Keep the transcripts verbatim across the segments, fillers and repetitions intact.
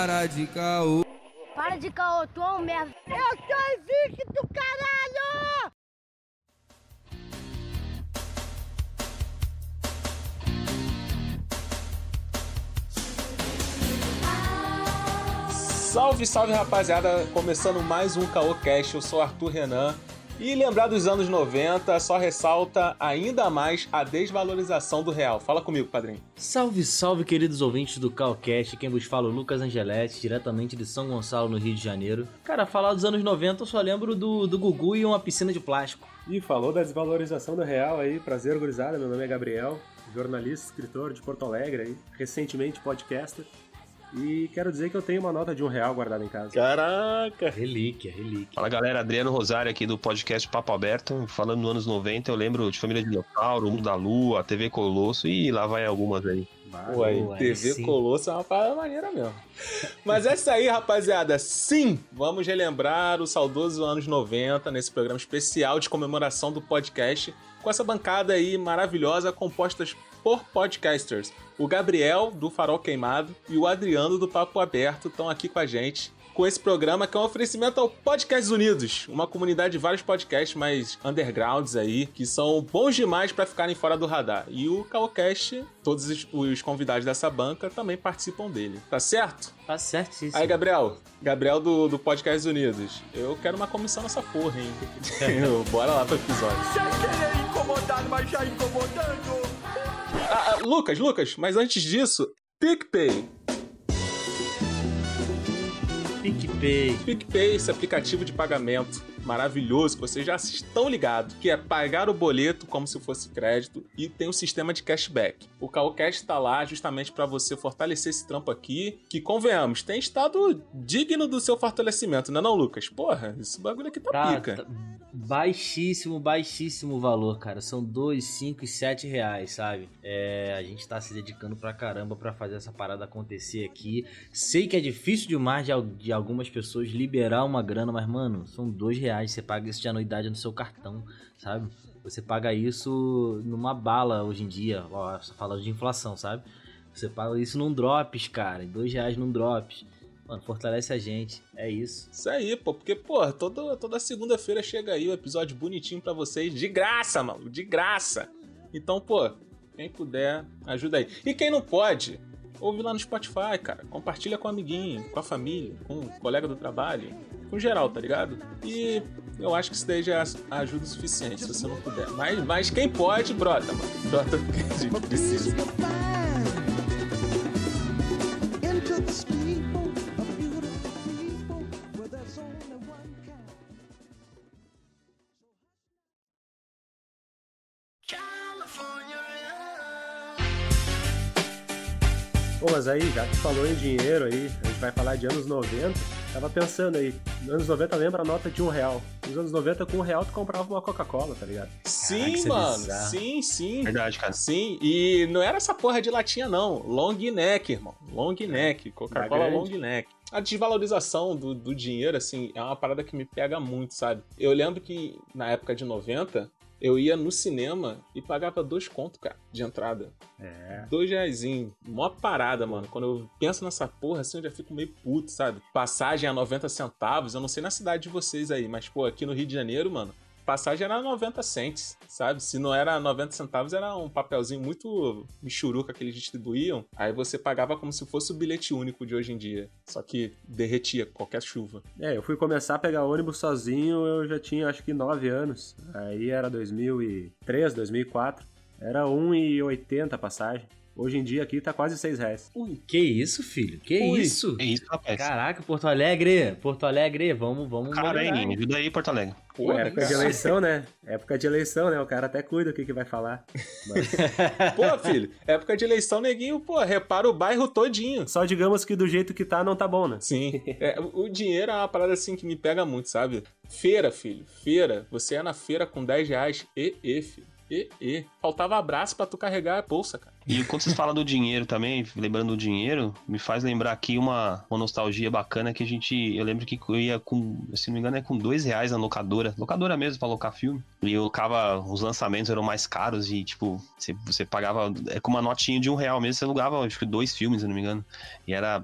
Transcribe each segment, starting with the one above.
Para de caô. Para de caô, tu é um merda. Eu sou invicto, caralho! Salve, salve, rapaziada! Começando mais um CaôCast, eu sou Arthur Renan. E lembrar dos anos noventa só ressalta ainda mais a desvalorização do real. Fala comigo, padrinho. Salve, salve, queridos ouvintes do CaôCast. Quem vos fala é o Lucas Angeletti, diretamente de São Gonçalo, no Rio de Janeiro. Cara, falar dos anos noventa eu só lembro do, do Gugu e uma piscina de plástico. E falou da desvalorização do real aí, prazer, gurizada. Meu nome é Gabriel, jornalista, escritor de Porto Alegre aí, recentemente podcaster. E quero dizer que eu tenho uma nota de um real guardada em casa. Caraca! Relíquia, relíquia. Fala, galera, Adriano Rosário aqui do podcast Papo Aberto. Falando nos anos noventa, eu lembro de Família Dinossauro, O Mundo da Lua, T V Colosso e lá vai algumas aí. Pô, aí, T V sim. Colosso é uma parada maneira mesmo. Mas é isso aí, rapaziada. Sim, vamos relembrar o saudoso anos noventa nesse programa especial de comemoração do podcast com essa bancada aí maravilhosa composta por podcasters. O Gabriel, do Farol Queimado, e o Adriano, do Papo Aberto, estão aqui com a gente com esse programa que é um oferecimento ao Podcasts Unidos, uma comunidade de vários podcasts mais undergrounds aí, que são bons demais para ficarem fora do radar. E o CaôCast, todos os convidados dessa banca também participam dele. Tá certo? Tá certíssimo. Aí, Gabriel, Gabriel do, do Podcasts Unidos, eu quero uma comissão nessa porra, hein? Bora lá pro episódio. Sem querer incomodar, mas já incomodando. Ah, ah, Lucas, Lucas, mas antes disso, PicPay. PicPay. PicPay, esse aplicativo de pagamento maravilhoso que vocês já estão ligados, que é pagar o boleto como se fosse crédito e tem um sistema de cashback. O CaôCast tá lá justamente para você fortalecer esse trampo aqui, que convenhamos, tem estado digno do seu fortalecimento, não é não, Lucas? Porra, esse bagulho aqui tá pra, pica. Tá baixíssimo, baixíssimo valor, cara. São dois, cinco e sete reais, sabe? É, a gente tá se dedicando pra caramba pra fazer essa parada acontecer aqui. Sei que é difícil demais de, de algumas pessoas liberar uma grana, mas, mano, são dois reais. Você paga isso de anuidade no seu cartão, sabe? Você paga isso numa bala hoje em dia, ó, falando de inflação, sabe? Você paga isso num drops, cara, dois reais num drops. Mano, fortalece a gente, é isso. Isso aí, pô, porque, pô, toda, toda segunda-feira chega aí o um episódio bonitinho pra vocês, de graça, mano, de graça. Então, pô, quem puder, ajuda aí. E quem não pode, ouve lá no Spotify, cara, compartilha com o amiguinho, com a família, com o colega do trabalho, com geral, tá ligado? E eu acho que isso daí já ajuda o suficiente, se você não puder. Mas, mas quem pode, brota, mano. Brota porque a gente precisa. Bom, mas aí, já que falou em dinheiro aí, a gente vai falar de anos noventa. Tava pensando aí, nos anos noventa lembra a nota de um real. Nos anos noventa, com um real, tu comprava uma Coca-Cola, tá ligado? Sim, Caraca, mano. bizarro. Sim, sim. Verdade, cara. Sim, e não era essa porra de latinha, não. Long neck, irmão. Long neck. Coca-Cola long neck. A desvalorização do, do dinheiro, assim, é uma parada que me pega muito, sabe? Eu lembro que, na época de noventa... eu ia no cinema e pagava dois contos, cara, de entrada. É. Dois reaisinho. Mó parada, mano. Quando eu penso nessa porra, assim, eu já fico meio puto, sabe? Passagem a noventa centavos. Eu não sei na cidade de vocês aí, mas, pô, aqui no Rio de Janeiro, mano, passagem era noventa cents, sabe? Se não era noventa centavos, era um papelzinho muito michuruca que eles distribuíam. Aí você pagava como se fosse o bilhete único de hoje em dia. Só que derretia qualquer chuva. É, eu fui começar a pegar ônibus sozinho, eu já tinha acho que nove anos. Aí era dois mil e três, dois mil e quatro. Era um real e oitenta a passagem. Hoje em dia aqui tá quase seis reais. Ui, que isso, filho? Que Ui, isso? É isso, rapaz. Caraca, Porto Alegre, Porto Alegre, vamos, vamos. Cara, melhorar, hein, ajuda aí, Porto Alegre. Pô, época de eleição, né? Época de eleição, né? O cara até cuida o que, que vai falar. Mas... Pô, filho, época de eleição, neguinho, pô, repara o bairro todinho. Só digamos que do jeito que tá, não tá bom, né? Sim. É, o dinheiro é uma parada assim que me pega muito, sabe? Feira, filho, feira. Você é na feira com dez reais. E, e, filho. E, e. Faltava abraço pra tu carregar a bolsa, cara. E quando vocês falam do dinheiro também, lembrando do dinheiro, me faz lembrar aqui uma, uma nostalgia bacana que a gente... Eu lembro que eu ia com, se não me engano, é com dois reais na locadora. Locadora mesmo, pra alocar filme. E eu locava... Os lançamentos eram mais caros e, tipo, você, você pagava... É com uma notinha de um real mesmo, você alugava, acho que dois filmes, se não me engano. E era...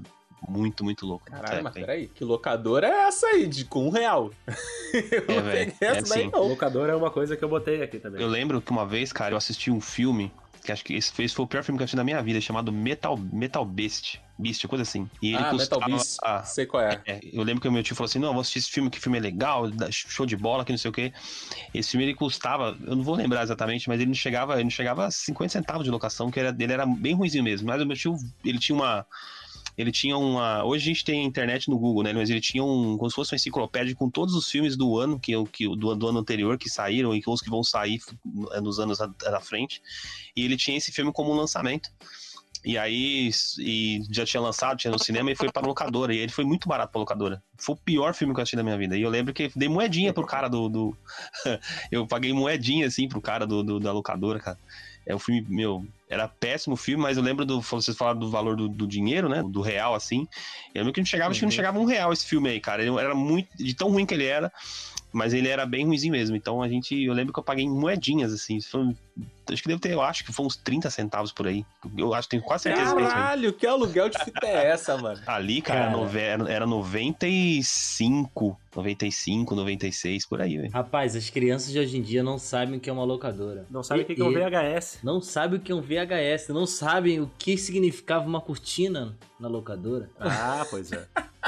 Muito, muito louco. Caralho, É, mas é. peraí, que locadora é essa aí, de com um real? Eu não velho, peguei essa é daí assim. não. Locador é uma coisa que eu botei aqui também. Eu lembro que uma vez, cara, eu assisti um filme, que acho que esse foi, esse foi o pior filme que eu assisti na minha vida, chamado Metal, Metal Beast. Beast, coisa assim. E ele Ah, custava... Metal Beast, ah, sei qual é. é, eu lembro que o meu tio falou assim, não, eu vou assistir esse filme, que filme é legal, show de bola, que não sei o quê. Esse filme, ele custava, eu não vou lembrar exatamente, mas ele não chegava, ele não chegava a cinquenta centavos de locação, que era, ele era bem ruimzinho mesmo. Mas o meu tio, ele tinha uma... Ele tinha uma... Hoje a gente tem internet no Google, né? Mas ele tinha um... Como se fosse uma enciclopédia com todos os filmes do ano, que, que, do, do ano anterior que saíram e os que vão sair nos anos à frente. E ele tinha esse filme como um lançamento. E aí, e já tinha lançado, tinha no cinema e foi pra locadora. E ele foi muito barato pra locadora. Foi o pior filme que eu assisti da minha vida. E eu lembro que dei moedinha pro cara do... do... eu paguei moedinha, assim, pro cara do, do, da locadora, cara. É um filme, meu, era péssimo filme, mas eu lembro do... Vocês falaram do valor do, do dinheiro, né? Do real, assim. Eu lembro que não chegava, uhum. acho que não chegava um real esse filme aí, cara. Ele era muito... De tão ruim que ele era, mas ele era bem ruimzinho mesmo. Então a gente... Eu lembro que eu paguei em moedinhas, assim. Foi, acho que deve ter... Eu acho que foi uns trinta centavos por aí. Eu acho, tenho quase certeza. Caralho, que aluguel de fita é essa, mano? Ali, cara, Cara. nove- era noventa e cinco, noventa e cinco, noventa e seis, por aí, velho. Rapaz, as crianças de hoje em dia não sabem o que é uma locadora. Não sabe o E- que que é um e- V H S. Não sabem o que é um V H S, não sabem o que significava uma cortina na locadora. Ah, pois é.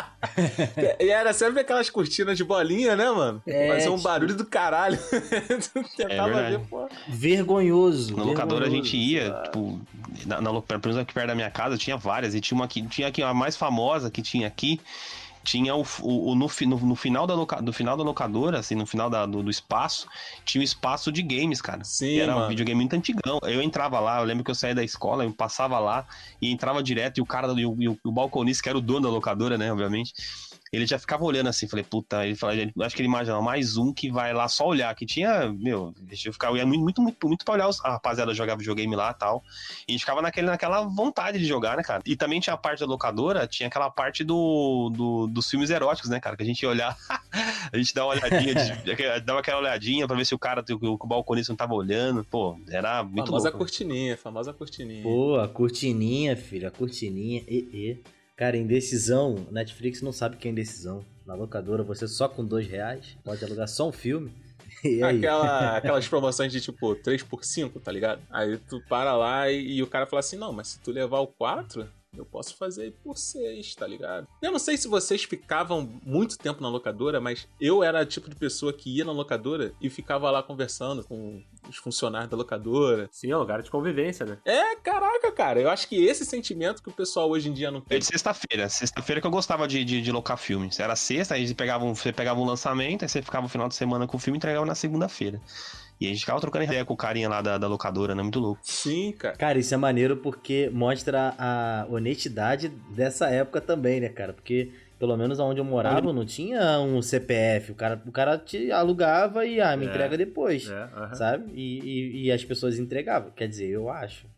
E era sempre aquelas cortinas de bolinha, né, mano? É, Fazia um tipo- barulho do caralho. Tu tentava verdade. ver, pô. Vergonhoso. Na locadora a vergonhoso. gente ia, tipo, na, na, lo- pelo menos aqui perto da minha casa tinha várias, e tinha uma aqui, tinha aqui a mais famosa que tinha aqui, tinha o, o, o- no, fi- no, no final da loca, no final da locadora, assim, no final da- do, do espaço, tinha um espaço de games, cara. Sim, Era mano. um videogame muito antigão. Eu entrava lá, eu lembro que eu saía da escola, eu passava lá e entrava direto, e o cara, e o, e o, o balconista, que era o dono da locadora, né, obviamente, ele já ficava olhando assim, falei, puta, ele falou, acho que ele imaginava mais um que vai lá só olhar, que tinha, meu, deixa eu ficar, eu ia muito, muito, muito, muito pra olhar os, a rapaziada jogava videogame lá e tal, e a gente ficava naquele, naquela vontade de jogar, né, cara? E também tinha a parte da locadora, tinha aquela parte do, do dos filmes eróticos, né, cara, que a gente ia olhar, a gente dava uma olhadinha, de, dava aquela olhadinha pra ver se o cara, o, o balconista não tava olhando, pô, era muito Famosa louco. cortininha, famosa cortininha. Pô, a cortininha, filho, a cortininha, e, e. Cara, indecisão, Netflix não sabe o que é indecisão. Na locadora, você só com dois reais pode alugar só um filme. E aí? Aquela, aquelas promoções de tipo três por cinco, tá ligado? Aí tu para lá e, e o cara fala assim: não, mas se tu levar o quatro, eu posso fazer por seis, tá ligado? Eu não sei se vocês ficavam muito tempo na locadora, mas eu era o tipo de pessoa que ia na locadora e ficava lá conversando com os funcionários da locadora. Sim, é um lugar de convivência, né? É, caraca, cara. Eu acho que esse sentimento que o pessoal hoje em dia não É tem. de sexta-feira. Sexta-feira que eu gostava de, de, de locar filme. Era sexta, aí você pegava, um, você pegava um lançamento, aí você ficava o final de semana com o filme e entregava na segunda-feira. E a gente ficava trocando ideia com o carinha lá da, da locadora, né? Muito louco. Sim, cara. Cara, isso é maneiro porque mostra a honestidade dessa época também, né, cara? Porque, pelo menos onde eu morava, não tinha um C P F. O cara, o cara te alugava e, ah, me É. entrega depois, É, aham. sabe? E, e, e as pessoas entregavam. Quer dizer, eu acho.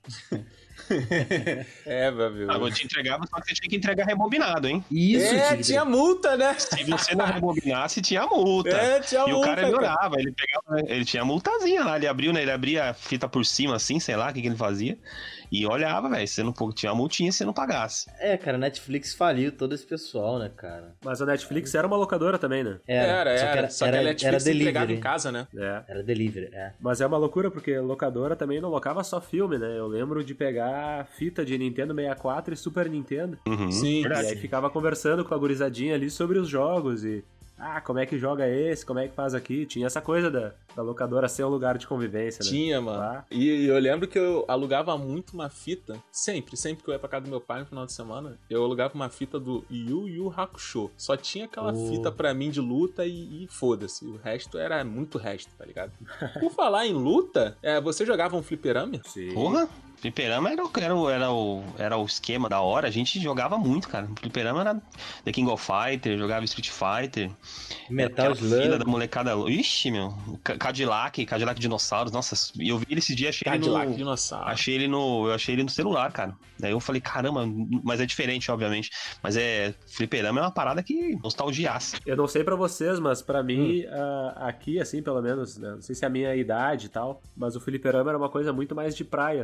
É, meu amigo. Ah, eu te entregava, só que você tinha que entregar rebobinado, hein? Isso, é, Tigre. tinha multa, né? Se você não rebobinasse, tinha multa. É, tinha E multa. o cara ele olhava, ele pegava, ele tinha multazinha lá, ele abriu, né? Ele abria a fita por cima, assim, sei lá o que, que ele fazia. E olhava, velho, você não tinha uma multinha se você não pagasse. É, cara, Netflix faliu todo esse pessoal, né, cara? Mas a Netflix era uma locadora também, né? Era, era. Só que era, Só que era, a Netflix era entregava delivery. em casa, né? É. Era delivery, é. Mas é uma loucura porque locadora também não locava só filme, né? Eu lembro de pegar fita de Nintendo sessenta e quatro e Super Nintendo. Uhum, Sim. E aí ficava conversando com a gurizadinha ali sobre os jogos e... Ah, como é que joga esse? Como é que faz aqui? Tinha essa coisa da, da locadora ser um lugar de convivência, né? Tinha, mano. Lá. E eu lembro que eu alugava muito uma fita, sempre, sempre que eu ia pra casa do meu pai no final de semana, eu alugava uma fita do Yu Yu Hakusho. Só tinha aquela Oh. fita pra mim de luta e, e foda-se. O resto era muito resto, tá ligado? Por falar em luta, é, você jogava um fliperama? Sim. Porra, fliperama era, o- era, o- era, o, era o esquema da hora, a gente jogava muito, cara. Fliperama era The King of Fighter, jogava Street Fighter. Metal Aquela fila Slug. da molecada. Ixi, meu. Ca- Cadillac, Cadillac Dinossauros. Nossa, e eu vi ele esse dia, achei Cadillac, ele no. dinossauro. Achei ele no. Eu achei ele no celular, cara. Daí eu falei, caramba, mas é diferente, obviamente. Mas é. Fliperama é uma parada que nostalgiasse. Eu não sei pra vocês, mas pra mim, Hum. ah, aqui, assim, pelo menos, né? Não sei se é a minha idade e tal, mas o fliperama era uma coisa muito mais de praia aqui na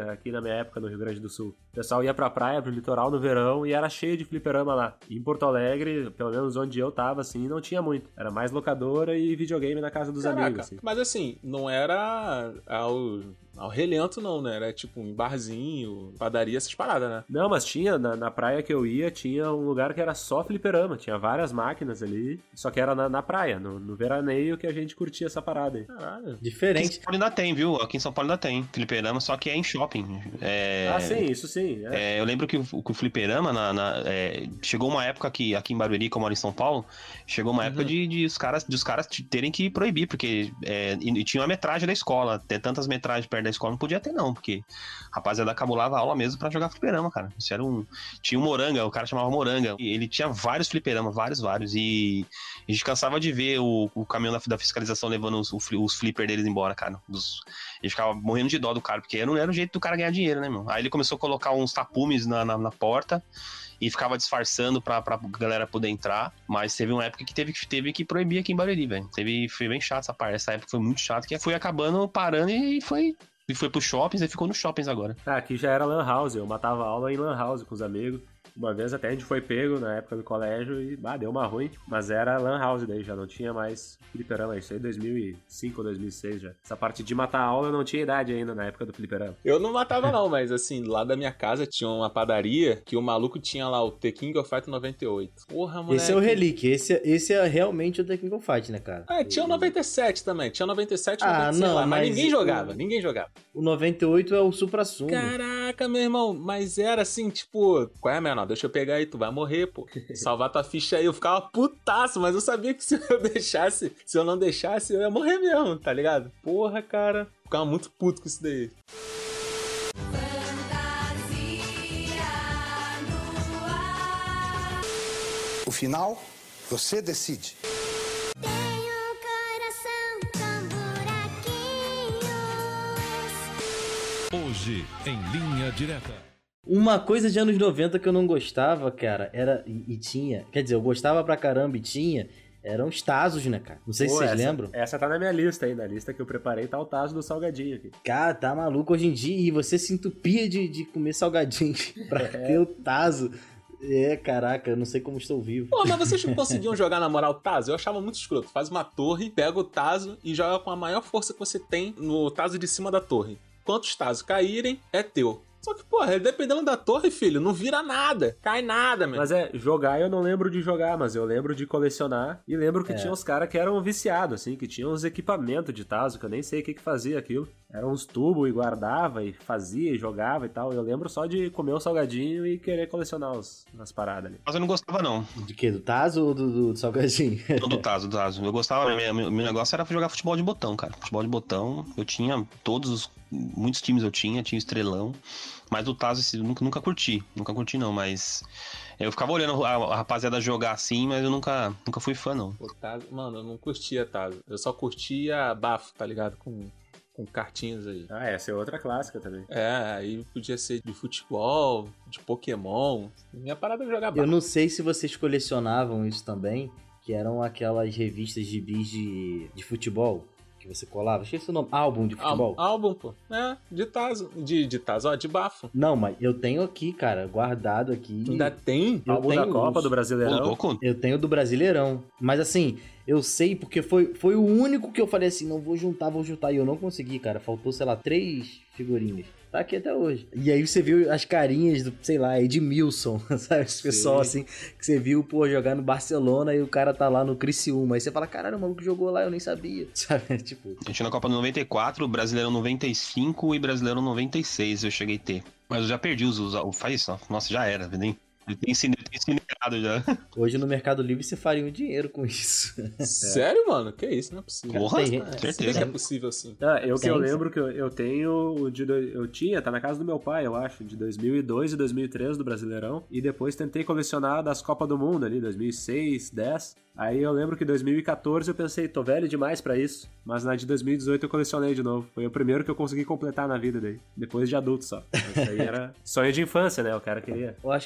minha época no Rio Grande do Sul. O pessoal ia pra praia, pro litoral no verão e era cheio de fliperama lá. E em Porto Alegre, pelo menos onde eu tava, assim, não tinha muito. Era mais locadora e videogame na casa dos Caraca, amigos, assim. mas assim, não era ao, ao relento não, né? Era tipo um barzinho, padaria, essas paradas, né? Não, mas tinha, na, na praia que eu ia, tinha um lugar que era só fliperama. Tinha várias máquinas ali, só que era na, na praia, no, no veraneio que a gente curtia essa parada aí. Caralho. Aqui em Diferente. São Paulo ainda tem, viu? Aqui em São Paulo ainda tem fliperama, só que é em shopping. É... Ah, sim, isso sim. É. É, eu lembro que o, que o fliperama, na, na, é, chegou uma época que aqui em Barueri, que eu moro em São Paulo, chegou uma época de, de os caras, de os caras terem que proibir, porque é, e, e tinha uma metragem da escola. Ter tantas metragens perto da escola não podia ter, não, porque a rapaziada cabulava a aula mesmo pra jogar fliperama, cara. Isso era um. Tinha um Moranga, o cara chamava Moranga. E ele tinha vários fliperamas, vários, vários. E a gente cansava de ver o, o caminhão da, da fiscalização levando os, os flippers deles embora, cara. Dos, a gente ficava morrendo de dó do cara, porque não era o jeito do cara ganhar dinheiro, né, meu? Aí ele começou a colocar uns tapumes na, na, na porta e ficava disfarçando pra, pra galera poder entrar, mas teve uma época que teve, teve que proibir aqui em Barueri, velho. Teve, foi bem chato essa parte, essa época foi muito chato, que foi acabando, parando e foi... E foi pros shoppings e ficou nos shoppings agora. Ah, aqui já era lan house, eu matava aula em lan house com os amigos. Uma vez até a gente foi pego na época do colégio e, bah, deu uma ruim. Mas era lan house daí, já não tinha mais fliperama. Isso aí dois mil e cinco ou dois mil e seis já. Essa parte de matar aula eu não tinha idade ainda na época do fliperama. Eu não matava não, mas assim, lá da minha casa tinha uma padaria que o maluco tinha lá o The King of Fight noventa e oito. Porra, moleque. Esse é o Relic, esse, é- esse é realmente o The King of Fight, né, cara? Ah, tinha o noventa e sete também, tinha o noventa e sete e Ah, noventa e seis não, lá, mas, mas ninguém o- jogava, ninguém jogava. O noventa e oito é o supra-sumo. Caraca, meu irmão, mas era assim, tipo, qual é, menor? Deixa eu pegar aí, tu vai morrer, pô. Salvar tua ficha aí, eu ficava putaço, mas eu sabia que se eu deixasse, se eu não deixasse, eu ia morrer mesmo, tá ligado? Porra, cara, ficava muito puto com isso daí. O final, você decide. Tenho coração com buraquinhos. Hoje, em linha direta. Uma coisa de anos noventa que eu não gostava, cara, era. E, e tinha. Quer dizer, eu gostava pra caramba e tinha. Eram os Tazos, né, cara? Não sei Pô, se vocês essa, lembram. Essa tá na minha lista aí, na lista que eu preparei tá o tazo do salgadinho aqui. Cara, tá maluco hoje em dia. E você se entupia de, de comer salgadinho pra ter o Tazo. É, caraca, eu não sei como estou vivo. Pô, mas vocês não conseguiam jogar na moral o Tazo? Eu achava muito escroto. Faz uma torre, pega o Tazo e joga com a maior força que você tem no Tazo de cima da torre. Quantos Tazos caírem, é teu. Só que, porra, dependendo da torre, filho, não vira nada. Cai nada, meu. Mas é, jogar eu não lembro de jogar, mas eu lembro de colecionar. E lembro que É. tinha uns caras que eram viciados, assim, que tinham uns equipamentos de tazo, que eu nem sei o que que fazia aquilo. Eram uns tubos e guardava e fazia e jogava e tal. Eu lembro só de comer o salgadinho e querer colecionar os, as paradas ali. Mas eu não gostava, não. De quê? Do Tazo ou do, do, do salgadinho? Não do Tazo, do Tazo. Eu gostava, meu, meu, meu negócio era jogar futebol de botão, cara. Futebol de botão, eu tinha todos os. Muitos times eu tinha, tinha estrelão. Mas do Tazo assim, eu nunca, nunca curti. Nunca curti, não, mas. Eu ficava olhando a, a rapaziada jogar assim, mas eu nunca, nunca fui fã, não. Pô, Tazo, mano, eu não curtia Tazo. Eu só curtia bafo, tá ligado? Com, com cartinhas aí. Ah, essa é outra clássica também. É, aí podia ser de futebol, de Pokémon. Minha parada é jogar Eu bafo. não sei se vocês colecionavam isso também, que eram aquelas revistas de bis de, de futebol que você colava. Esqueci o nome. Álbum de futebol. Álbum, álbum, pô. É, de Tazo. De, de Tazo, ó, de bafo. Não, mas eu tenho aqui, cara, guardado aqui. Ainda tem? Eu Álbum da tenho Copa, uns. do Ô, Brasileirão. louco. Eu tenho do Brasileirão. Mas assim, eu sei porque foi, foi o único que eu falei assim, não vou juntar, vou juntar. E eu não consegui, cara. Faltou, sei lá, três figurinhas. Tá aqui até hoje. E aí você viu as carinhas do, sei lá, Edmilson, sabe? Esse pessoal assim, que você viu, pô, jogar no Barcelona e o cara tá lá no Criciúma. Aí você fala, caralho, o maluco jogou lá, eu nem sabia. Sabe? Tipo... A gente tinha na Copa noventa e quatro, Brasileiro noventa e cinco e Brasileiro noventa e seis eu cheguei a ter. Mas eu já perdi os... os faz isso, ó. Nossa, já era, entendeu? Ele tem incinerado já. Hoje no Mercado Livre você faria um dinheiro com isso. Sério, mano? Que isso? Não é possível. Porra, tem gente- É, certeza. se bem que é possível sim. Ah, eu que eu Sim, lembro que eu, eu tenho o de do- eu tinha, tá na casa do meu pai, eu acho, de dois mil e dois e dois mil e três do Brasileirão, e depois tentei colecionar das Copas do Mundo ali, dois mil e seis, dez. Aí eu lembro que em dois mil e quatorze eu pensei, tô velho demais pra isso, mas na de dois mil e dezoito eu colecionei de novo. Foi o primeiro que eu consegui completar na vida daí, depois de adulto só. Isso aí era sonho de infância, né? O cara queria. Eu acho que foi a última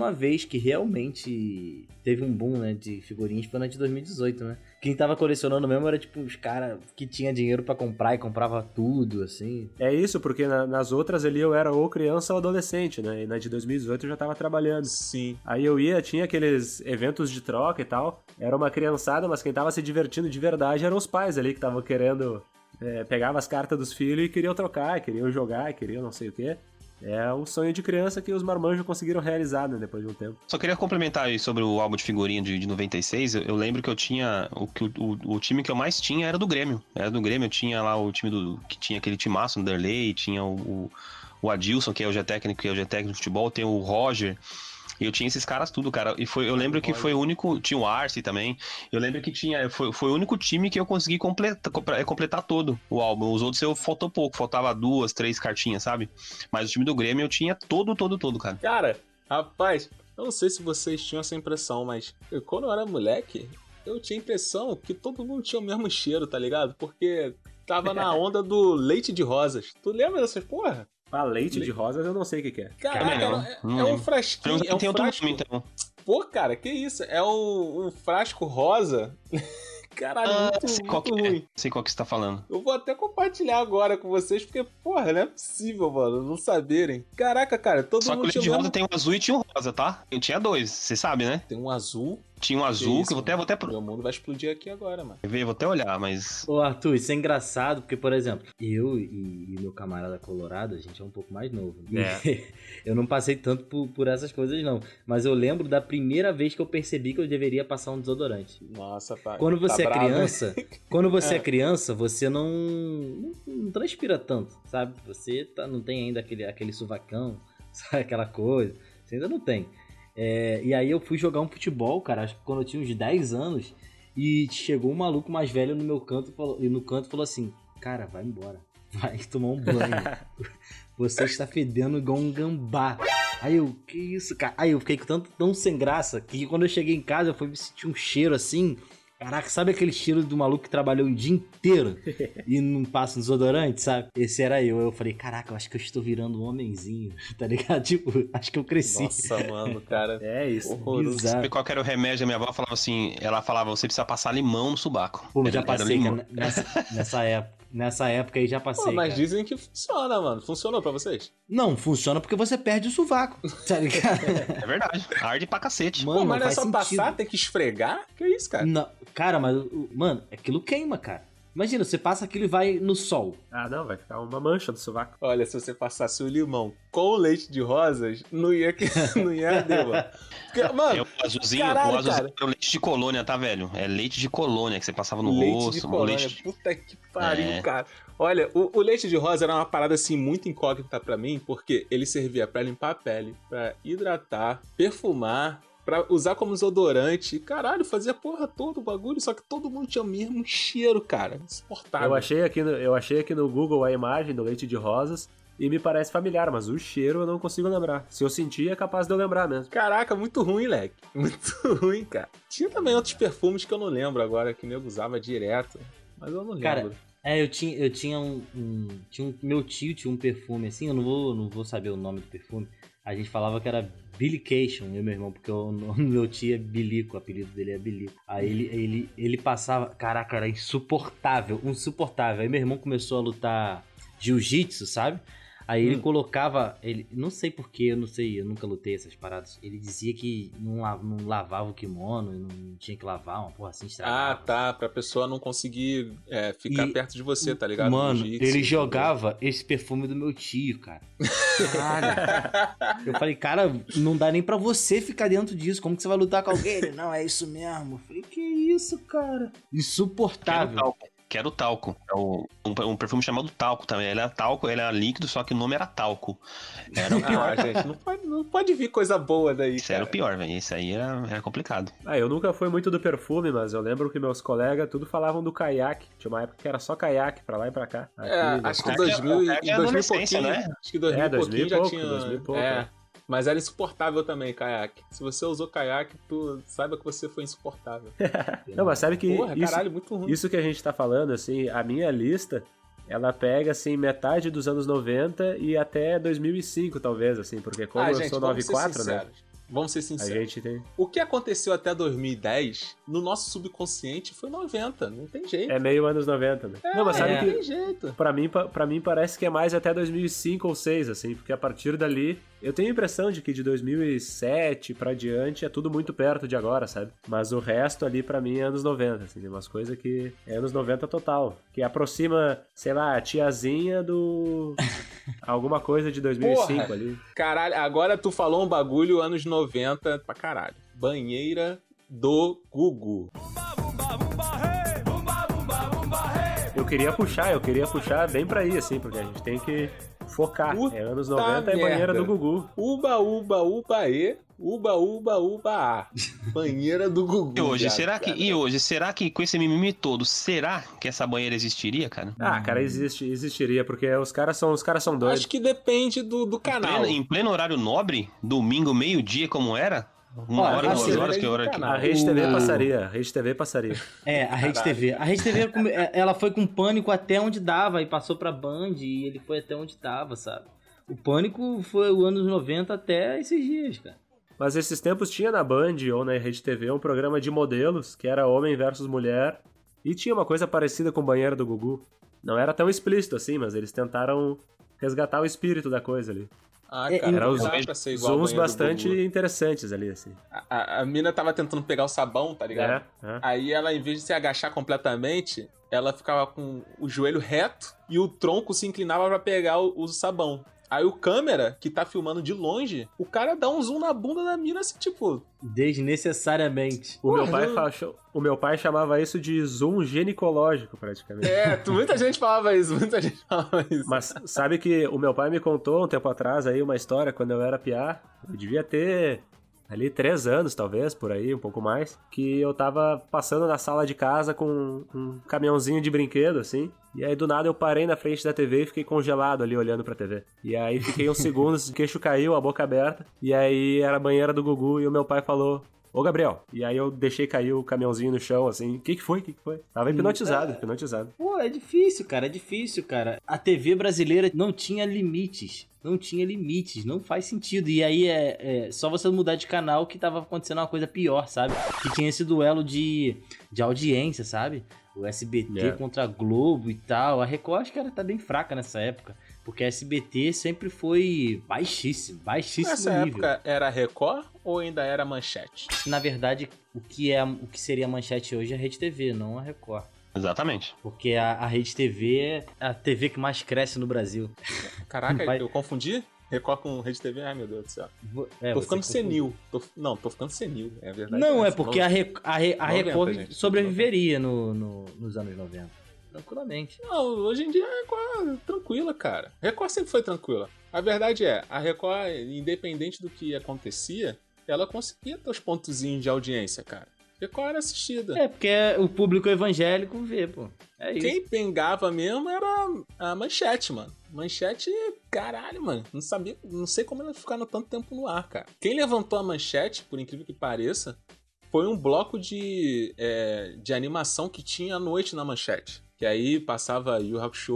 última vez que realmente teve um boom, né, de figurinhas foi na de dois mil e dezoito, né? Quem tava colecionando mesmo era, tipo, os caras que tinha dinheiro pra comprar e comprava tudo, assim. É isso, porque na- nas outras ali eu era ou criança ou adolescente, né? E na de dois mil e dezoito eu já tava trabalhando. Sim. Aí eu ia, tinha aqueles eventos de troca e tal. Era uma criançada, mas quem tava se divertindo de verdade eram os pais ali que estavam querendo... É, pegava as cartas dos filhos e queriam trocar, queriam jogar, queriam não sei o quê. É um sonho de criança que os marmanjos conseguiram realizar, né, depois de um tempo. Só queria complementar aí sobre o álbum de figurinha de, de noventa e seis. Eu, eu lembro que eu tinha. O, que o, o, o time que eu mais tinha era do Grêmio. Era do Grêmio, eu tinha lá o time do. Que tinha aquele timaço, o Derlei, tinha o, o, o Adilson, que é o G-técnico, que é o G-técnico de futebol, tem o Roger. E eu tinha esses caras tudo, cara. E foi, eu lembro que foi o único. Tinha o Arce também. Eu lembro que tinha. Foi, foi o único time que eu consegui completa, completar, completar todo o álbum. Os outros eu faltou pouco. Faltava duas, três cartinhas, sabe? Mas o time do Grêmio eu tinha todo, todo, todo, cara. Cara, rapaz, eu não sei se vocês tinham essa impressão, mas eu, quando eu era moleque, eu tinha a impressão que todo mundo tinha o mesmo cheiro, tá ligado? Porque tava na onda do leite de rosas. Tu lembra dessas porra? Ah, leite de rosas eu não sei o que, que é. Caraca, Também não, é, não é um lembro. frasquinho, Tem, é um tem outro frasco... nome, então. Pô, cara, que isso? É um, um frasco rosa. Caralho, Ah, muito, sei qual muito que ruim. é. Sei qual que você tá falando. Eu vou até compartilhar agora com vocês, porque, porra, não é possível, mano, não saberem. Caraca, cara, todo Só que o mundo leite tinha de o rosa mesmo... tem um azul e tinha um rosa, tá? Eu tinha dois, você sabe, né? Tem um azul. Tinha um azul, que, isso, eu vou até, vou até pro- Meu mundo vai explodir aqui agora, mano. ver, vou até olhar, mas. Ô, Arthur, isso é engraçado, porque, por exemplo, eu e, e meu camarada colorado, a gente é um pouco mais novo. Né? É. Eu não passei tanto por, por essas coisas, não. Mas eu lembro da primeira vez que eu percebi que eu deveria passar um desodorante. Nossa, pai. Quando você tá é bravo, hein? criança, quando você é. É. criança, você não, não, não transpira tanto, sabe? Você tá, não tem ainda aquele, aquele suvacão, sabe? Aquela coisa. Você ainda não tem. É, e aí eu fui jogar um futebol, cara, acho que quando eu tinha uns dez anos, e chegou um maluco mais velho no meu canto e falou, e no canto falou assim, cara, vai embora, vai tomar um banho. Você está fedendo igual um gambá. Aí eu, que isso, cara? Aí eu fiquei tanto, tão sem graça que quando eu cheguei em casa eu fui me sentir um cheiro assim. Caraca, sabe aquele cheiro do maluco que trabalhou o dia inteiro e não passa um desodorante, sabe? Esse era eu. Eu falei, caraca, eu acho que eu estou virando um homenzinho, tá ligado? Tipo, acho que eu cresci. Nossa, mano, cara. É isso. Horroroso. Bizarro. Sabe qual que era o remédio? A minha avó falava assim, ela falava, você precisa passar limão no sobaco. Pô, Era- já era passei, limão. cara, nessa, nessa época. Nessa época aí já passei, Pô, mas cara. dizem que funciona, mano. Funcionou pra vocês? Não, funciona porque você perde o sovaco, tá ligado? É verdade, arde pra cacete. Mano, Pô, mas não é faz só sentido. passar, tem que esfregar? Que isso, cara? Não, cara, mas, o- mano, aquilo queima, cara. Imagina, você passa aquilo e vai no sol. Ah, não, vai ficar uma mancha do sovaco. Olha, se você passasse o limão com o leite de rosas, não ia, que- não ia arder, mano. Porque, É mano, o azulzinho, caralho, o azulzinho cara. é o leite de colônia, tá, velho? É leite de colônia que você passava no leite rosto. de o colônia, leite de- puta que pariu, É. cara. Olha, o, o leite de rosa era uma parada assim muito incógnita pra mim, porque ele servia pra limpar a pele, pra hidratar, perfumar, pra usar como desodorante. Caralho, fazia porra toda o bagulho, só que todo mundo tinha o mesmo cheiro, cara. Insuportável. Eu achei, aqui no, eu achei aqui no Google a imagem do leite de rosas e me parece familiar, mas o cheiro eu não consigo lembrar. Se eu sentir, é capaz de eu lembrar mesmo. Caraca, muito ruim, leque. Muito ruim, cara. Tinha também outros perfumes que eu não lembro agora, que o nego usava direto. Mas eu não lembro. Cara, É, eu tinha, eu tinha um, um- tinha um- meu tio tinha um perfume assim, eu não vou, não vou saber o nome do perfume. A gente falava que era Billication, eu e meu irmão, porque o nome do meu tio é Bilico, o apelido dele é Bilico. Aí ele, ele, ele passava, caraca, era insuportável, insuportável. Aí meu irmão começou a lutar jiu-jitsu, sabe? Aí ele Hum. colocava, ele, não sei porquê, eu não sei, eu nunca lutei essas paradas. Ele dizia que não, la- não lavava o kimono, não tinha que lavar, uma porra assim, Ah, estragava. tá. Pra pessoa não conseguir é, ficar E- perto de você, tá ligado? Mano, No jiu-jitsu, ele entendeu? jogava esse perfume do meu tio, cara. Caralho. Eu falei, cara, não dá nem pra você ficar dentro disso. Como que você vai lutar com alguém? Ele, não, é isso mesmo. Eu falei, que isso, cara? Quero Insuportável. talco. Quero talco. É o- um, um perfume chamado talco também. Ele era talco, ele era líquido, só que o nome era talco. Era o pior. Ah, gente, não pode, não pode vir coisa boa daí, Isso cara. era o pior, velho. Isso aí era, era complicado. Ah, eu nunca fui muito do perfume, mas eu lembro que meus colegas tudo falavam do caiaque. Tinha uma época que era só caiaque, pra lá e pra cá. É, Aqui, acho que né? dois mil e é dois mil e adolescência, pouquinho, né? acho que dois mil É, e dois mil pouquinho e já pouco, tinha... dois mil e pouco, é, é. mas era insuportável também, caiaque. Se você usou caiaque, tu saiba que você foi insuportável. Não, mas sabe que Porra, isso, caralho, muito ruim. isso que a gente tá falando, assim, a minha lista, ela pega, assim, metade dos anos noventa e até dois mil e cinco, talvez, assim, porque como ah, eu gente, sou vamos nove ser quatro, né? sinceros. Vamos ser A sinceros. gente tem... O que aconteceu até dois mil e dez, no nosso subconsciente, foi noventa. Não tem jeito. É meio anos noventa, né? Não, mas sabe não que... tem jeito. Pra mim, pa- pra mim parece que é mais até dois mil e cinco ou dois mil e seis, assim, porque a partir dali eu tenho a impressão de que de dois mil e sete pra diante é tudo muito perto de agora, sabe? Mas o resto ali pra mim é anos noventa, assim, tem umas coisas que é anos noventa total, que aproxima, sei lá, a tiazinha do alguma coisa de dois mil e cinco Porra. ali. Caralho, agora tu falou um bagulho anos noventa pra caralho. Banheira do Gugu. Eu queria puxar, eu queria puxar bem pra aí, assim, porque a gente tem que focar. Puta É anos noventa é banheira merda. do Gugu. Uba, uba, uba, e. Uba, uba, uba, a. Banheira do Gugu. E hoje, viado, será que, cara. e hoje, será que com esse mimimi todo, será que essa banheira existiria, cara? Ah, cara, existe, existiria, porque os caras são, os caras são doidos. Acho que depende do, do Em canal. pleno, em pleno horário nobre, domingo, meio-dia, como era? Uma Olha, hora, assim, duas horas, que hora do aqui. canal. A Rede T V O- passaria, a Rede T V passaria. É, a Rede T V. A Rede T V, come- é, ela foi com Pânico até onde dava e passou pra Band e ele foi até onde dava, sabe? O Pânico foi o anos noventa até esses dias, cara. Mas esses tempos tinha na Band ou na Rede T V um programa de modelos, que era homem versus mulher, e tinha uma coisa parecida com o banheiro do Gugu. Não era tão explícito assim, mas eles tentaram resgatar o espírito da coisa ali. Ah, É, cara, Era não os dá pra ser igual ao zooms banheiro do bastante Gugu. interessantes ali, assim. A, a- a mina tava tentando pegar o sabão, tá ligado? É, é. Aí ela, em vez de se agachar completamente, ela ficava com o joelho reto e o tronco se inclinava pra pegar o, o sabão. Aí o câmera, que tá filmando de longe, o cara dá um zoom na bunda da mina, assim, tipo... Desnecessariamente. O, meu Porra, pai eu- fa- o meu pai chamava isso de zoom ginecológico, praticamente. É, tu- muita gente falava isso, muita gente falava isso. Mas sabe que o meu pai me contou um tempo atrás aí uma história quando eu era piá. Eu devia ter ali três anos, talvez, por aí, um pouco mais. Que eu tava passando na sala de casa com um caminhãozinho de brinquedo, assim. E aí do nada eu parei na frente da T V e fiquei congelado ali olhando pra T V. E aí fiquei uns segundos, o queixo caiu, a boca aberta. E aí era a banheira do Gugu e o meu pai falou... Ô, Gabriel. E aí eu deixei cair o caminhãozinho no chão, assim. O que que foi? O que que foi? Tava hipnotizado, hipnotizado. Pô, é difícil, cara, é difícil, cara. A T V brasileira não tinha limites. Não tinha limites, não faz sentido. E aí é, é só você mudar de canal que tava acontecendo uma coisa pior, sabe? Que tinha esse duelo de, de audiência, sabe? O S B T É. contra a Globo e tal. A Record acho que era tá bem fraca nessa época. Porque a S B T sempre foi baixíssimo, baixíssimo Nessa nível. época era Record ou ainda era Manchete? Na verdade, o que, é, o que seria a Manchete hoje é a Rede T V, não a Record. Exatamente. Porque a, a Rede T V é a T V que mais cresce no Brasil. Caraca, Vai- eu confundi? Record com Rede T V? Ai, meu Deus do céu. Vo- é, tô você ficando confunde. senil. Tô- não, tô ficando senil, é verdade. Não, é Essa porque a, Re- a, Re- a noventa, Record gente. sobreviveria no, no- nos anos noventa. Tranquilamente. Não, hoje em dia a Record é tranquila, cara. A Record sempre foi tranquila. A verdade é, a Record, independente do que acontecia, ela conseguia ter os pontozinhos de audiência, cara. A Record era assistida. É, porque o público evangélico vê, pô. É isso. Quem pegava mesmo era a Manchete, mano. Manchete, caralho, mano. Não sabia, não sei como ela ficava tanto tempo no ar, cara. Quem levantou a Manchete, por incrível que pareça, foi um bloco de, é, de animação que tinha à noite na Manchete. Que aí passava Yu Yu Hakusho,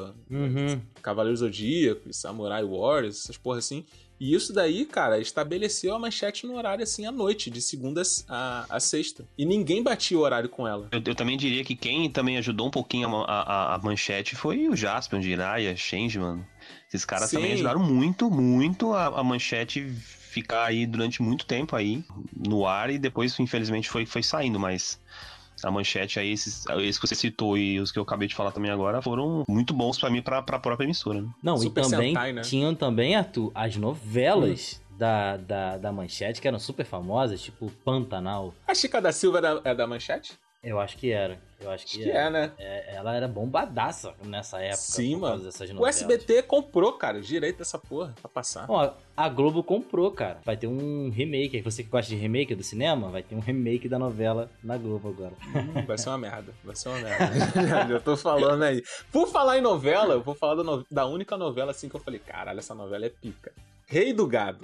Uhum. Cavaleiros Zodíacos, Samurai Warriors, essas porra assim. E isso daí, cara, estabeleceu a Manchete no horário assim à noite, de segunda a, a sexta. E ninguém batia o horário com ela. Eu, eu também diria que quem também ajudou um pouquinho a, a, a Manchete foi o Jaspion, Jiraiya, Shenji, mano. Esses caras Sim. também ajudaram muito, muito a, a Manchete ficar aí durante muito tempo aí no ar e depois, infelizmente, foi, foi saindo, mas... A Manchete aí, esses, esses que você citou e os que eu acabei de falar também agora, foram muito bons pra mim, pra, pra própria emissora, né? Não, Super e também Sentai, né? tinham também, Arthur, as novelas da, da, da Manchete, que eram super famosas, tipo Pantanal. A Chica da Silva é da, é da Manchete? Eu acho que era. Eu acho Acho que, que era. é, né? É, ela era bombadaça nessa época. Sim, por mano. causa dessas O novelas. S B T comprou, cara, os direitos dessa porra pra passar. Ó, a Globo comprou, cara. Vai ter um remake. Você que gosta de remake do cinema, vai ter um remake da novela na Globo agora. Hum, vai ser uma merda, vai ser uma merda. Já tô falando aí. Por falar em novela, eu vou falar da, no- da única novela assim que eu falei, caralho, essa novela é pica. Rei do Gado.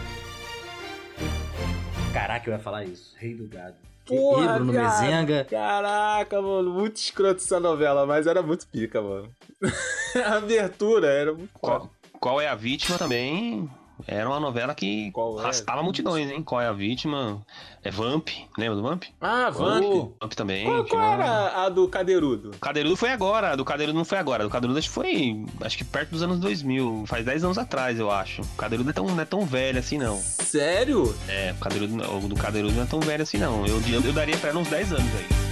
Caraca, eu ia falar isso. Rei do Gado. Porra, Ih, Bruno viado. Mezenga. Caraca, mano, muito escroto essa novela, mas era muito pica, mano. A abertura era muito foda. Qual, qual é a vítima também? Era uma novela que Qual é? arrastava multidões, hein? Qual é a vítima? É Vamp. Lembra do Vamp? Ah, Vamp. Vamp também. Qual, tinha qual uma- era a do Cadeirudo? O Cadeirudo foi agora, a do Cadeirudo não foi agora. A do Cadeirudo acho que foi, acho que perto dos anos dois mil, faz dez anos atrás, eu acho. O Cadeirudo não é tão, não é tão velho assim, não. Sério? É, o, Cadeirudo, não- o do Cadeirudo não é tão velho assim, não. Eu, eu, eu daria pra ela uns dez anos aí.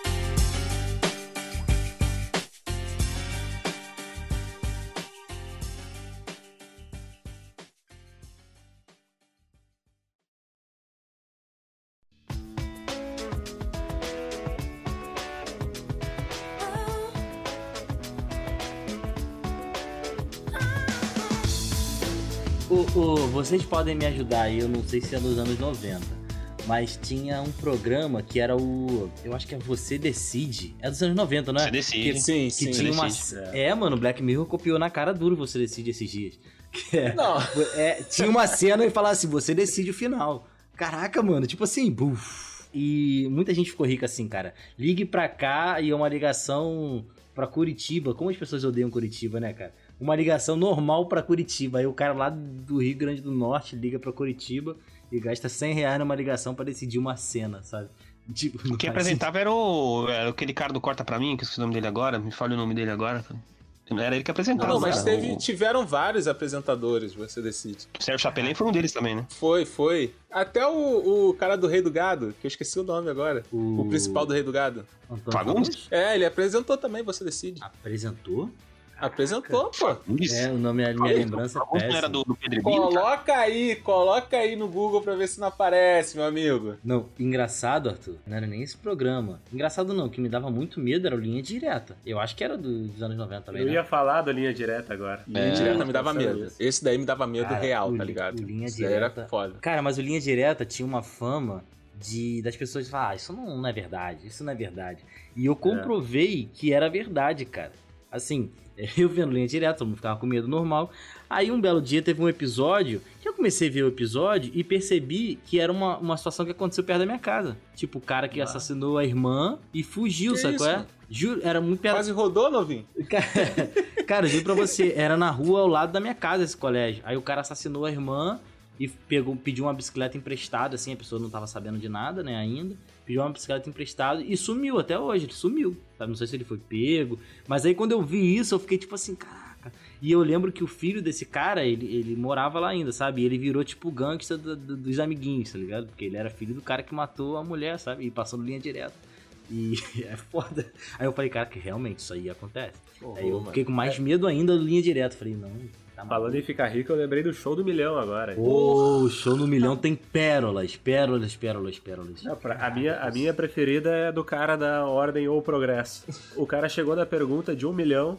O, o- vocês podem me ajudar aí, eu não sei se é dos anos noventa, mas tinha um programa que era o. Eu acho que é Você Decide. É dos anos noventa, não é? Você decide. Que, Sim, que sim. tinha uma. Decide. É, mano, Black Mirror copiou na cara duro Você Decide esses dias. Que é- Não. é, tinha uma cena e falava assim: você decide o final. Caraca, mano, tipo assim, buf. E muita gente ficou rica assim, cara. Ligue pra cá e é uma ligação pra Curitiba. Como as pessoas odeiam Curitiba, né, cara? Uma ligação normal pra Curitiba. Aí o cara lá do Rio Grande do Norte liga pra Curitiba e gasta cem reais numa ligação pra decidir uma cena, sabe? Tipo, não Quem faz apresentava era, o, era aquele cara do Corta Pra Mim, que eu esqueci o nome dele agora, me fale o nome dele agora. Era ele que apresentava. Não, mas cara. teve, O tiveram vários apresentadores, você decide. Sérgio Chapelin foi um deles também, né? Foi, foi. Até o, o cara do Rei do Gado, que eu esqueci o nome agora. O, O- principal do Rei do Gado. Antônio Fagundes? É, ele apresentou também, você decide. Apresentou? Apresentou, pô. Isso. É, o nome, a minha lembrança é Fagundes não era péssima. do, do Pedro Bino, cara? Coloca aí, coloca aí no Google pra ver se não aparece, meu amigo. Não, engraçado, Arthur, não era nem esse programa. Engraçado não, o que me dava muito medo era o Linha Direta. Eu acho que era do- dos anos noventa também, Eu né? ia falar do Linha Direta agora. Linha É, direta me dava pensando medo. nisso. Esse daí me dava medo Cara, real, o tá li- ligado? o Linha Isso daí era Direta- foda. Cara, mas o Linha Direta tinha uma fama de das pessoas falar, ah, isso não, não é verdade, isso não é verdade. E eu comprovei que era verdade, cara. Assim, eu vendo Linha Direta, todo mundo ficava com medo normal. Aí um belo dia teve um episódio que eu comecei a ver o episódio e percebi que era uma, uma situação que aconteceu perto da minha casa. Tipo, o cara que assassinou a irmã e fugiu, Que sabe isso, qual é? mano? Juro, era muito perto. Quase rodou, novinho? Cara, cara, juro pra você, era na rua ao lado da minha casa esse colégio. Aí o cara assassinou a irmã e pegou, pediu uma bicicleta emprestada, assim, a pessoa não tava sabendo de nada, né, ainda. Pediu uma bicicleta emprestada e sumiu até hoje, ele sumiu. Sabe? Não sei se ele foi pego, mas aí quando eu vi isso, eu fiquei tipo assim, caraca. E eu lembro que o filho desse cara, ele, ele morava lá ainda, sabe? E ele virou tipo gangsta do- do- dos amiguinhos, tá ligado? Porque ele era filho do cara que matou a mulher, sabe? E passou Linha Direta. E é foda. Aí eu falei, cara, que realmente isso aí acontece. Aí eu mano. fiquei com mais medo ainda do Linha Direta. Falei, não, tá Falando maluco. em ficar rico, eu lembrei do show do milhão agora. Ô, show no milhão tem pérolas, pérolas, pérolas, pérolas. Não, pra- a, minha, a minha preferida é do cara da Ordem ou Progresso. O cara chegou na pergunta de um milhão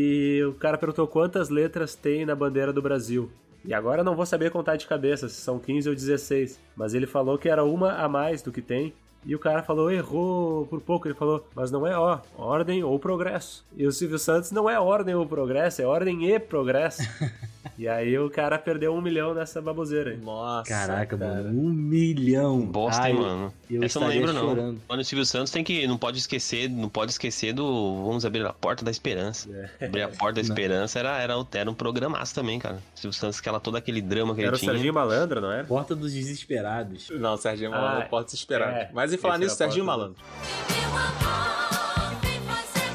e o cara perguntou quantas letras tem na bandeira do Brasil. E agora eu não vou saber contar de cabeça se são quinze ou dezesseis. Mas ele falou que era uma a mais do que tem. E o cara falou, errou por pouco. Ele falou, mas não é ó, ordem ou progresso. E o Silvio Santos não é ordem ou progresso, é ordem e progresso. E aí o cara perdeu um milhão nessa baboseira aí. Nossa, Caraca, cara. mano, um milhão. Bosta, Ai, hein, mano. eu Essa eu não estaria lembro, não. chorando. Mano, o Silvio Santos tem que. Não pode esquecer, não pode esquecer do. Vamos abrir a porta da esperança. Abrir a porta da esperança era, era, era um programaço também, cara. O Silvio Santos, aquela, todo aquele drama que Era ele o tinha. Serginho Malandro, não era? Porta dos Desesperados. Não, Serginho Malandro, Ah, pode se esperar. é. Mas em falar Esse nisso, era a Serginho porta Malandro. Meu amor, vem fazer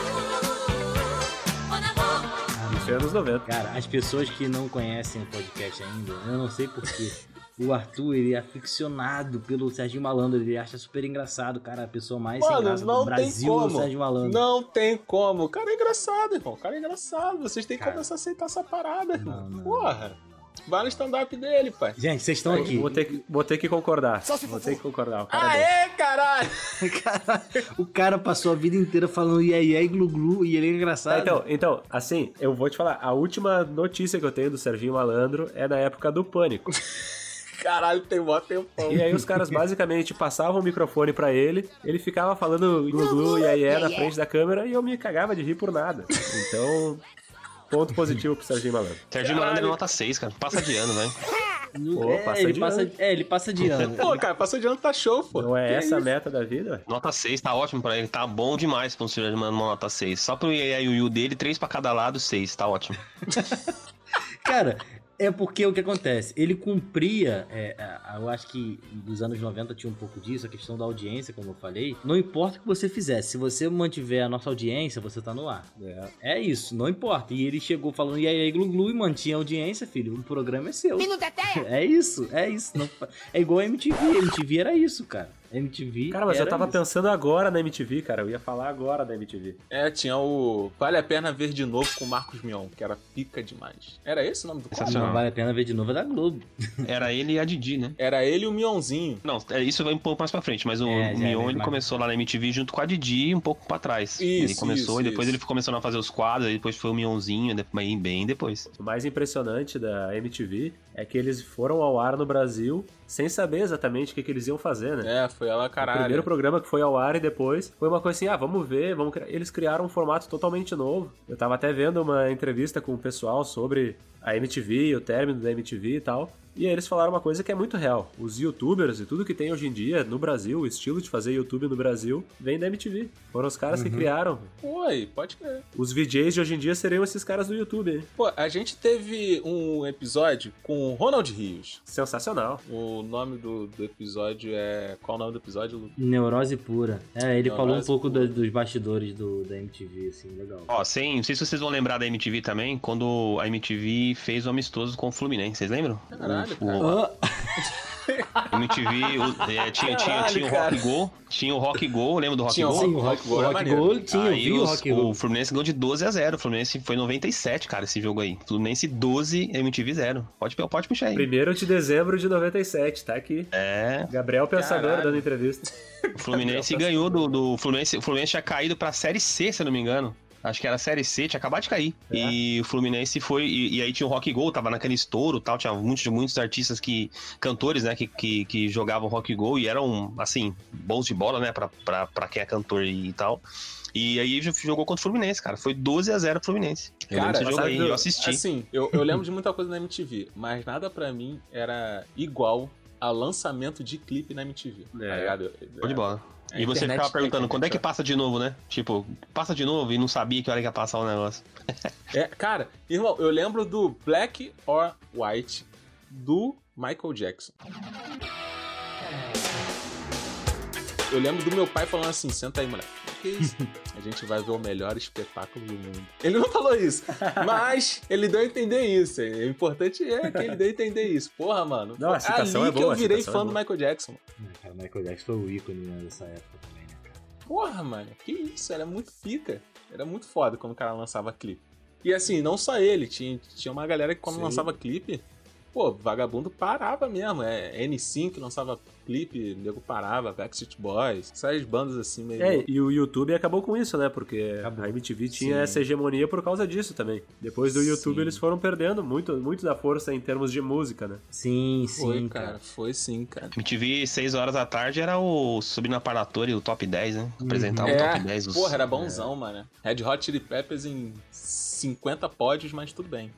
cocô. Mon amour. Isso é anos noventa. Cara, as pessoas que não conhecem o podcast ainda, eu não sei porquê. O Arthur, ele é aficionado pelo Serginho Malandro, ele acha super engraçado, cara, a pessoa mais sem Mano, graça do não tem Brasil é o como. Serginho Malandro. Não tem como. O cara é engraçado, irmão. O cara é engraçado. Vocês têm que Cara. começar a aceitar essa parada, irmão. Não, não, Porra. Vai no stand-up dele, pai. Gente, vocês estão aqui. Vou ter, que, vou ter que concordar. Vou ter que concordar. O cara é bom. Aê, caralho! Cara, o cara passou a vida inteira falando iê, iê, glu, glu, e ele é Tá, engraçado. então, então, assim, eu vou te falar, a última notícia que eu tenho do Serginho Malandro é da época do Pânico. Caralho, tem mó tempão. E aí os caras basicamente passavam o microfone pra ele, ele ficava falando glu glu e aí é na frente da câmera e eu me cagava de rir por nada. Então, ponto positivo pro Serginho Malandro. Serginho Malandro é nota seis, cara. Passa de ano, vai. No- Pô, é, passa ele de passa, ano. é, ele passa de ano. Pô, cara, passou de ano, tá show, pô. Não é Que essa a isso? meta da vida? Nota seis, tá ótimo pra ele. Tá bom demais pra um Serginho Malandro, uma nota seis. Só pro Iê Iê Yu Yu dele, três pra cada lado, seis. Tá ótimo. Cara, É porque o que acontece? Ele cumpria, é, é, eu acho que dos anos noventa tinha um pouco disso, a questão da audiência, como eu falei. Não importa o que você fizesse, se você mantiver a nossa audiência, você tá no ar. É, é isso, não importa. E ele chegou falando, e aí, glu glu, e mantinha a audiência, filho. O programa é seu. É isso, é isso. Não, é igual a M T V. A M T V era isso, cara. M T V. Cara, mas eu tava isso. pensando agora na M T V, cara. Eu ia falar agora da M T V. É, tinha o Vale a Pena Ver de Novo com o Marcos Mion, que era pica demais. Era esse o nome do quadro? Não vale a pena ver de novo, é da Globo. Era ele e a Didi, né? Era ele e o Mionzinho. Não, isso vai um pouco mais pra frente, mas o É, já Mion é ele mais- começou lá na M T V junto com a Didi um pouco pra trás. Isso, ele começou isso, e depois isso. ele começou a fazer os quadros, aí depois foi o Mionzinho, depois, bem depois. O mais impressionante da M T V é que eles foram ao ar no Brasil sem saber exatamente o que, que eles iam fazer, né? É, foi ela, O caralho. primeiro programa que foi ao ar e depois foi uma coisa assim, ah, vamos ver, vamos criar. Eles criaram um formato totalmente novo. Eu tava até vendo uma entrevista com o pessoal sobre a M T V, o término da M T V e tal. E aí eles falaram uma coisa que é muito real. Os youtubers e tudo que tem hoje em dia no Brasil, o estilo de fazer YouTube no Brasil, vem da M T V. Foram os caras que criaram. Foi, pode crer. Os V Js de hoje em dia seriam esses caras do YouTube, hein? Pô, a gente teve um episódio com o Ronald Rios. Sensacional. O nome do, do episódio é... Qual o nome do episódio, Lu? Neurose pura. É, ele Neurose falou um pouco pura. da- dos bastidores do, da M T V, assim, legal. Ó, sem, não sei se vocês vão lembrar da M T V também, quando a M T V fez o amistoso com o Fluminense, vocês lembram? Caralho, o, cara. o M T V o- é, tinha, tinha, Caralho, tinha o cara. Rock Go, tinha o Rock Go, lembra do Rock Tinha o Go? Rock Sim, o Go, Rock, Go o era Rock maneiro. Gold tinha, eu Aí vi o os- Rock o Gold. Fluminense ganhou de doze a zero. O Fluminense foi noventa e sete, cara, esse jogo aí. Fluminense doze, M T V zero. Pode, pode puxar aí. Primeiro de dezembro de noventa e sete, tá aqui. É, Gabriel Pensador Caralho. dando entrevista. o Fluminense ganhou do, do Fluminense. O Fluminense tinha caído pra Série C, se eu não me engano. Acho que era a Série C, tinha acabado de cair. É. E o Fluminense foi. E, e aí tinha o Rock Go, tava naquele estouro e tal. Tinha muitos, muitos artistas que. Cantores, né? Que, que, que jogavam Rock Go e eram, assim, bons de bola, né? Pra, pra, pra quem é cantor e tal. E aí jogou contra o Fluminense, cara. Foi doze a zero o Fluminense. Eu lembro Cara, desse jogo sabe, aí, eu assisti. Assim, eu, eu lembro de muita coisa na M T V, mas nada pra mim era igual a lançamento de clipe na M T V. É. Tá ligado? Show de bola. A E você internet- ficava perguntando, a quando é que internet- passa de novo, né? Tipo, passa de novo e não sabia que hora que ia passar o negócio. É, cara, irmão, eu lembro do Black or White do Michael Jackson. Eu lembro do meu pai falando assim, senta aí, moleque. Que isso? A gente vai ver o melhor espetáculo do mundo. Ele não falou isso, mas ele deu a entender isso. O importante é que ele deu a entender isso. Porra, mano. Não, a Foi citação ali é que boa, eu a virei citação fã é do boa. Michael Jackson. É, cara, o Michael Jackson foi o ícone né, dessa época também, né, cara? Porra, mano, que isso, era muito pica. Era muito foda quando o cara lançava clipe. E assim, não só ele, tinha, tinha uma galera que quando Sim. lançava clipe, pô, vagabundo parava mesmo. É N cinco que lançava clipe, o nego parava, Backstreet Boys, essas bandas assim meio. É, e o YouTube acabou com isso, né? Porque Acabou. a M T V tinha Sim. essa hegemonia por causa disso também. Depois do YouTube Sim. eles foram perdendo muito, muito da força em termos de música, né? Sim, Foi, sim, cara, cara. foi sim, cara. M T V, seis horas da tarde, era o Subir na Parlatória, o top dez, né? Apresentava o É, top dez. Dos... porra, era bonzão, mano. Red Hot Chili Peppers em cinquenta pódios, mas tudo bem.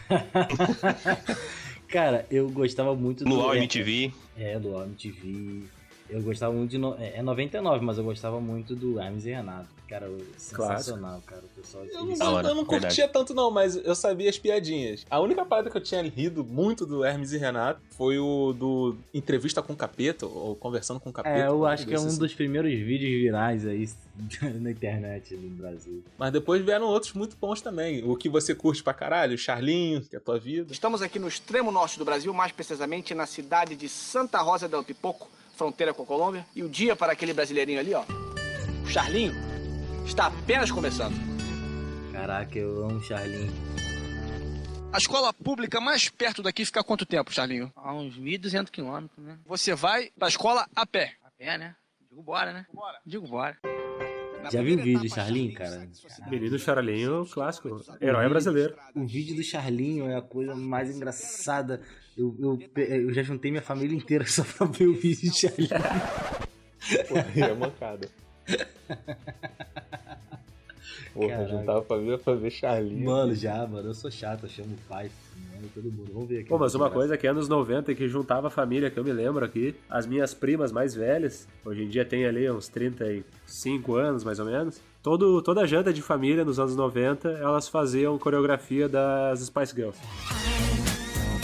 Cara, eu gostava muito do... Luau é, M T V. É, do M T V. Eu gostava muito de... No... É é noventa e nove, mas eu gostava muito do Hermes e Renato. Cara, eu- sensacional, cara. O pessoal... Eu eles- não, Da hora, eu não verdade. curtia tanto não, mas eu sabia as piadinhas. A única parada que eu tinha rido muito do Hermes e Renato foi o do Entrevista com o Capeta, ou Conversando com o Capeta. É, eu um acho que é um desses, dos primeiros vídeos virais aí na internet no Brasil. Mas depois vieram outros muito bons também. O que você curte pra caralho, Charlinho, que é a tua vida. Estamos aqui no extremo norte do Brasil, mais precisamente na cidade de Santa Rosa del Pipoco, fronteira com a Colômbia. E o dia para aquele brasileirinho ali, ó, o Charlinho, está apenas começando. Caraca, eu amo o Charlinho. A escola pública mais perto daqui fica há quanto tempo, Charlinho? A uns mil e duzentos quilômetros, né? Você vai pra escola a pé. A pé, né? Digo bora, né? Bora. Digo bora. Já viu o vídeo do Charlinho, cara? Menino Charlinho, clássico. Herói brasileiro. O vídeo do Charlinho é a coisa mais engraçada. Eu, eu, eu já juntei minha família inteira só pra ver o vídeo do Charlinho. Porra, é mancada. Porra, Caraca. juntava pra ver, pra ver Charlinho. Mano, já, mano, eu sou chato, eu chamo o pai, mano, todo mundo. Vamos ver aqui. Pô, mas uma coisa que é anos noventa que juntava a família, que eu me lembro aqui, as minhas primas mais velhas, hoje em dia tem ali uns trinta e cinco anos, mais ou menos, todo, toda janta de família nos anos noventa, elas faziam coreografia das Spice Girls.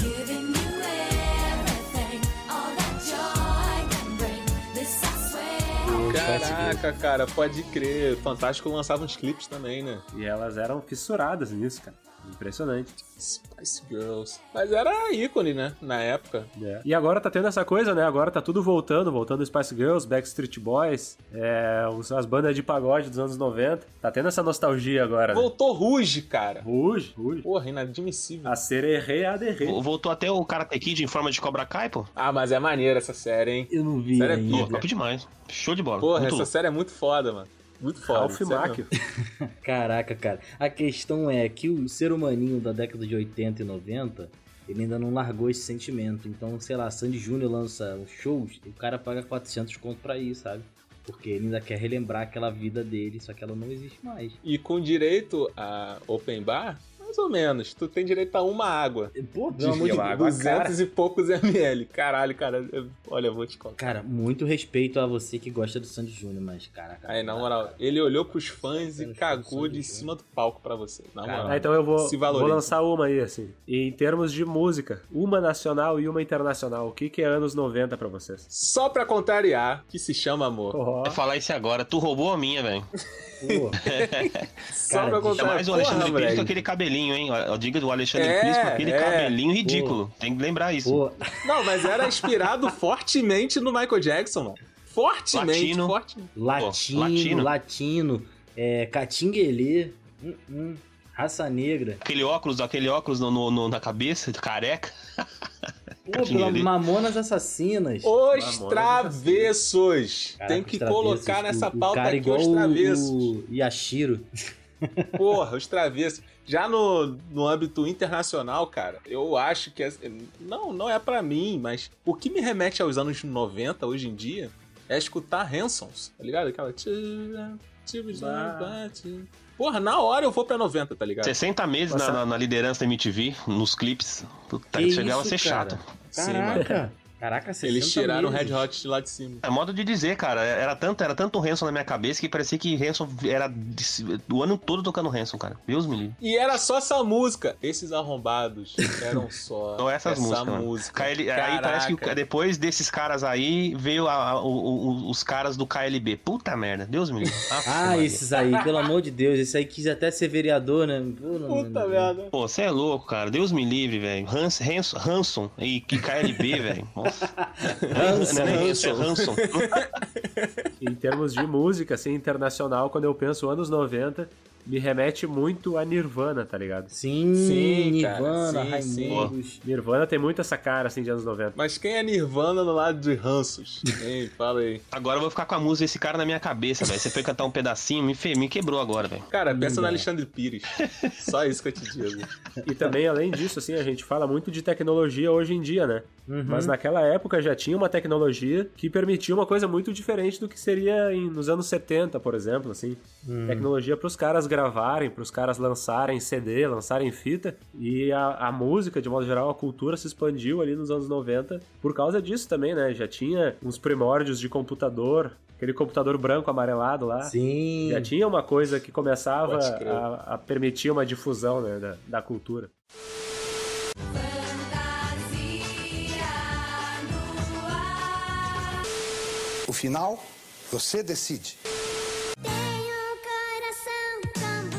Spice Girls. Caraca, cara, pode crer. Fantástico lançava uns clipes também, né? E elas eram fissuradas nisso, cara. Impressionante. Spice Girls. Mas era ícone, né? Na época. É. E agora tá tendo essa coisa, né? Agora tá tudo voltando, voltando Spice Girls, Backstreet Boys, é, os- as bandas de pagode dos anos noventa. Tá tendo essa nostalgia agora, né? Voltou Ruge, cara. Ruge, Ruge. Porra, inadmissível. A Sererê a Derrê. Voltou até o Karate Kid em forma de Cobra Kai, pô. Ah, mas é maneira essa série, hein? Eu não vi Sério, é ainda. Pô, top demais. Show de bola. Porra, Muito essa louco. série é muito foda, mano. Muito foda. Ralph sério Macchio. mesmo. Caraca, cara. A questão é que o ser humaninho da década de oitenta e noventa, ele ainda não largou esse sentimento. Então, sei lá, Sandy Júnior lança uns shows e o cara paga quatrocentos conto pra ir, sabe? Porque ele ainda quer relembrar aquela vida dele, só que ela não existe mais. E com direito a open bar, mais ou menos. Tu tem direito a uma água. Pô, Pelo amor de uma Deus, água duzentos e poucos ml. Caralho, cara. eu- olha, eu vou te contar. Cara, muito respeito a você que gosta do Sandy Júnior, mas caraca. Aí, na moral, ele olhou pros fãs e Apenas cagou pelo de Sandy cima do palco pra você. Na Cara, moral. Ah, então eu vou, Se vou valoriza. lançar uma aí, assim. E em termos de música, uma nacional e uma internacional. O que, que é anos noventa pra vocês? Só pra contrariar, que se chama amor. Ó, Vai falar isso agora. Tu roubou a minha, velho. Pô, Só Cara, pra É contrariar. mais o Alexandre Porra, Pires com moleque. aquele cabelinho, hein? Eu digo do Alexandre É, Pires com aquele é. cabelinho ridículo. Tem que lembrar isso. pô, Não, mas era inspirado fortemente no Michael Jackson, mano. Fortemente, Latino. fortemente. latino, latino. latino, é, catinguelê, hum, hum, raça negra. Aquele óculos, aquele óculos no, no- no- na cabeça, careca. Pô, pela Catinguelê. Mamonas Assassinas. Os Mamonas travessos. Caraca, Tem que os travessos, colocar nessa o- o pauta cara aqui igual os travessos. o Yashiro. Porra, os travessos. Já no, no âmbito internacional, cara, eu acho que... é- Não, não é pra mim, mas o que me remete aos anos noventa, hoje em dia, é escutar Hansons, tá ligado? Aquela... Porra, na hora eu vou pra noventa, tá ligado? sessenta meses na, na- na liderança da M T V, nos clipes. Puta, Que chegava a isso, ser cara? chato. Sim, Caraca. Caraca, Eles sessenta tiraram o meses. Red Hot de lá de cima. É modo de dizer, cara. Era tanto, era tanto Hanson na minha cabeça que parecia que Hanson era de- o ano todo tocando Hanson, cara. Deus me livre. E era só essa música. Esses arrombados eram só Não essas essa músicas, mano. música. K L aí parece que o- Caraca. depois desses caras aí veio a- a- o- o- os caras do K L B. Puta merda, Deus me livre. Aff, Ah, Maria. esses aí, pelo amor de Deus, esse aí quis até ser vereador, né? Pô, não- Puta não- merda. Pô, você é louco, cara. Deus me livre, velho. Hans, Hanson, Hanson e que K L B, velho. Nossa. Hanson, Não é nem isso, é Hanson. Hanson. em termos de música, assim, internacional, quando eu penso anos noventa, me remete muito a Nirvana, tá ligado? Sim, Sim, cara, Nirvana, sim, sim. Raimundos. Nirvana tem muito essa cara, assim, de anos noventa. Mas quem é Nirvana no lado de Ranços? Ei, fala aí. Agora eu vou ficar com a música desse cara na minha cabeça, velho. Você foi cantar um pedacinho, me, fe- me quebrou agora, velho. Cara, pensa Não no dá. Alexandre Pires. Só isso que eu te digo. E também, além disso, assim, a gente fala muito de tecnologia hoje em dia, né? Uhum. Mas naquela época já tinha uma tecnologia que permitia uma coisa muito diferente do que seria em- nos anos setenta, por exemplo, assim. Hum. Tecnologia para os caras gravarem, para os caras lançarem C D, lançarem fita. E a, a música, de modo geral, a cultura se expandiu ali nos anos noventa por causa disso também, né? Já tinha uns primórdios de computador, aquele computador branco amarelado lá. Sim. Já tinha uma coisa que começava Pode crer. a, a permitir uma difusão, né, da, da cultura. O final, você decide. Tenho coração com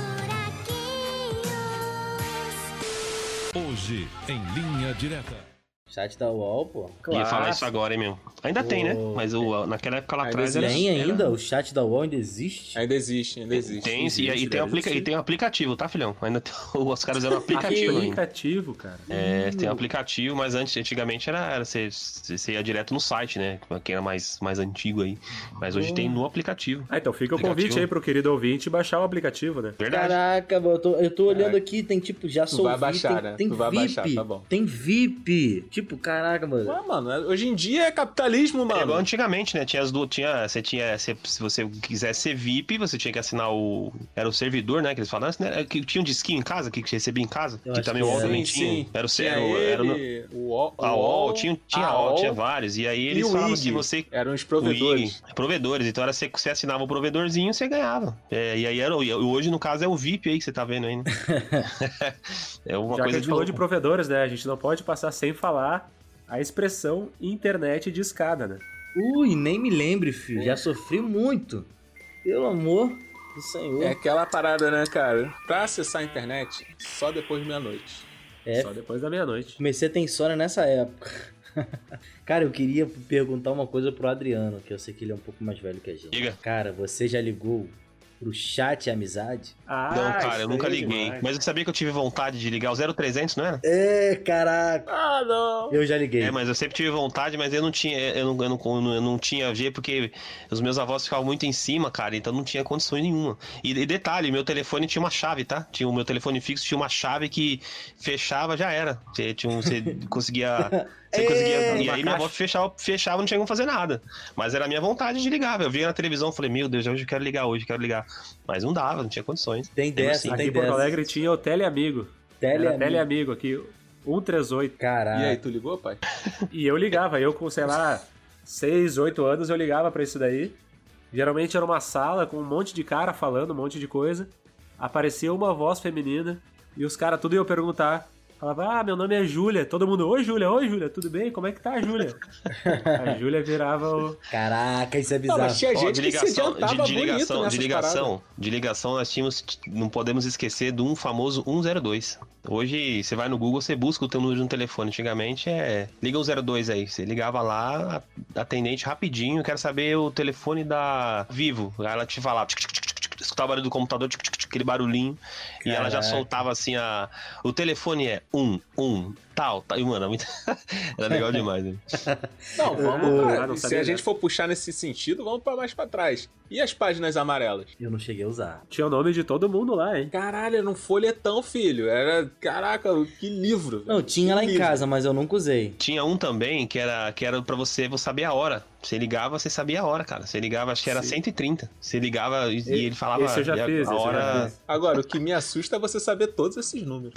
buraquinhos. Hoje, em linha direta. Chat da U O L, pô. Ia falar isso agora, hein, meu. Ainda tem, né? Mas o, naquela época lá Ainda atrás era. Tem era- ainda? O chat da U O L ainda existe? Ainda existe, ainda existe. Tem, Existe, e, e, tem deve aplica, existir. e tem um aplicativo, tá, filhão? Ainda tem, os caras eram aplicativo ainda. Aplicativo, cara. É, tem um aplicativo, mas antes, antigamente era, era você, você ia direto no site, né? Quem era mais, mais antigo aí. Mas hoje tem no aplicativo. Ah, então fica o Aplicativo. convite aí pro querido ouvinte baixar o aplicativo, né? Verdade. Caraca, mano, eu tô, eu tô olhando aqui, tem tipo, já sou vai V I P, baixar, tem, né? tem Tu vai V I P, baixar, tá bom. tem V I P. Tipo, caraca, mano. Ué, mano, hoje em dia é capitalismo, É igual mano. antigamente, né? Tinha as duas. Tinha, você tinha. Se, se você quisesse ser V I P, você tinha que assinar o. Era o servidor, né? Que eles falavam. Né? Que tinha um disquinho em casa, que você recebia em casa. Eu que acho também que o U O L era. também Sim, tinha. sim. Era o Tinha era, o- era no- ele, o O- A o U O L, tinha, tinha a a U O L, O L, tinha vários. E aí e eles o falavam I assim, G. você. Eram os O I provedores. G, provedores. Então era você, você assinava o provedorzinho, você ganhava. É, e aí era. e hoje, no caso, é o V I P aí que você tá vendo aí, né? É uma Já que a coisa gente de falou louco. de provedores, né? A gente não pode passar sem falar a expressão internet de escada, né? Ui, nem me lembre, filho. Já sofri muito. Pelo amor do Senhor. É aquela parada, né, cara? Pra acessar a internet, só depois de meia-noite. É, Só depois da meia-noite. comecei a ter insônia nessa época. Cara, eu queria perguntar uma coisa pro Adriano, que eu sei que ele é um pouco mais velho que a gente. Diga. Cara, você já ligou pro chat amizade? Ah, Não, cara, isso eu nunca aí é liguei. demais. Mas eu sabia que eu tive vontade de ligar o zero trezentos, não era? É, caraca. Ah, não! Eu já liguei. É, mas eu sempre tive vontade, mas eu não tinha, eu não, eu não, eu não tinha G porque os meus avós ficavam muito em cima, cara, então não tinha condições nenhuma. E, e detalhe, meu telefone tinha uma chave, tá? Tinha o meu telefone fixo, tinha uma chave que fechava, já era. Você, tinha um, você conseguia... Você conseguia, e aí minha avó fechava, fechava, não tinha como fazer nada. Mas era a minha vontade de ligar, velho. Eu via na televisão, falei, meu Deus, hoje eu quero ligar, hoje eu quero ligar. Mas não dava, não tinha condições. Tem dessa, Aqui tem em Porto dessa. Alegre tinha o Teleamigo. Teleamigo. Era Teleamigo aqui, cento e trinta e oito. Caraca. E aí, tu ligou, pai? E eu ligava, eu com, sei lá, seis, oito anos, eu ligava pra isso daí. Geralmente era uma sala com um monte de cara falando um monte de coisa. Aparecia uma voz feminina e os caras tudo iam perguntar. Falava, ah, meu nome é Júlia. Todo mundo, oi Júlia, oi Júlia, tudo bem? Como é que tá, Júlia? A Júlia virava o... Caraca, isso é Não, bizarro. mas tinha Ó, gente de que se ligação, adiantava de, de bonito ligação, nessas de ligação, paradas. de ligação nós tínhamos, não podemos esquecer de um famoso um zero dois. Hoje você vai no Google, você busca o teu número de um telefone. Antigamente é, liga o zero dois aí, você ligava lá, a atendente rapidinho, quero saber o telefone da Vivo. Aí ela te falava, tic, tic, tic, tic, tic, escutava o barulho do computador, tic, tic, tic, aquele barulhinho, e ela já Caraca. soltava assim a, o telefone é um, um, tal, tal, e mano, era muito- era legal demais, né? Não, vamos Ah, pra, não Se sabia a gente dessa. for puxar nesse sentido, vamos pra mais pra trás. E as páginas amarelas? Eu não cheguei a usar. Tinha o nome de todo mundo lá, hein? Caralho, era um folhetão, filho. Era, caraca, que livro. velho. Não, tinha Que lá em livro. casa, mas eu nunca usei. Tinha um também que era, que era pra você, você saber a hora. Você ligava, você sabia a hora, cara. Você ligava, acho que era cento e trinta. Você ligava e, e ele falava Esse eu já e a, fiz, a esse eu já hora. fiz. Agora, o que me assusta é você saber todos esses números.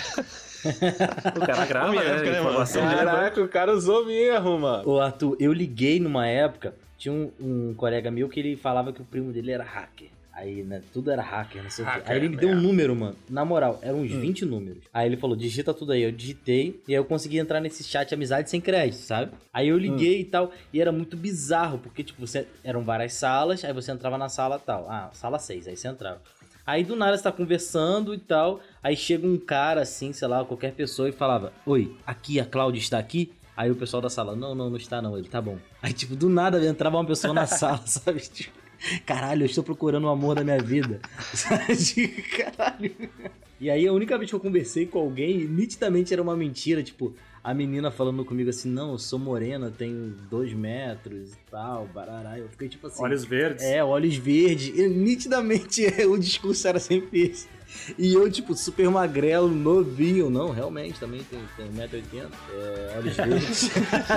O cara grava, Minha né? época, né, mano? Informação de Caraca, o cara usou mesmo, mano. Ô, Arthur, eu liguei numa época, tinha um, um colega meu que ele falava que o primo dele era hacker. Aí, né, tudo era hacker, não sei o quê. Hacker, Aí ele me deu um é. número, mano. Na moral, eram uns vinte números. Aí ele falou, digita tudo aí. Eu digitei e aí eu consegui entrar nesse chat amizade sem crédito, sabe? Aí eu liguei e tal, e era muito bizarro, porque, tipo, você eram várias salas, aí você entrava na sala tal. Ah, sala seis, aí você entrava. Aí do nada você tá conversando e tal, aí chega um cara assim, sei lá, qualquer pessoa e falava, oi, aqui, a Cláudia está aqui? Aí o pessoal da sala, não, não, não está não, ele tá bom. Aí tipo, do nada entrava uma pessoa na sala, sabe? Tipo, caralho, eu estou procurando o amor da minha vida. Sabe? Tipo, caralho. E aí a única vez que eu conversei com alguém, nitidamente era uma mentira, tipo, a menina falando comigo assim, não, eu sou morena, tenho dois metros e tal, barará. Eu fiquei tipo assim... Olhos verdes. É, olhos verdes. E, nitidamente o discurso era sempre esse. E eu, tipo, super magrelo, novinho. Não, realmente, também tem, tem um metro e oitenta. É, olhos verdes.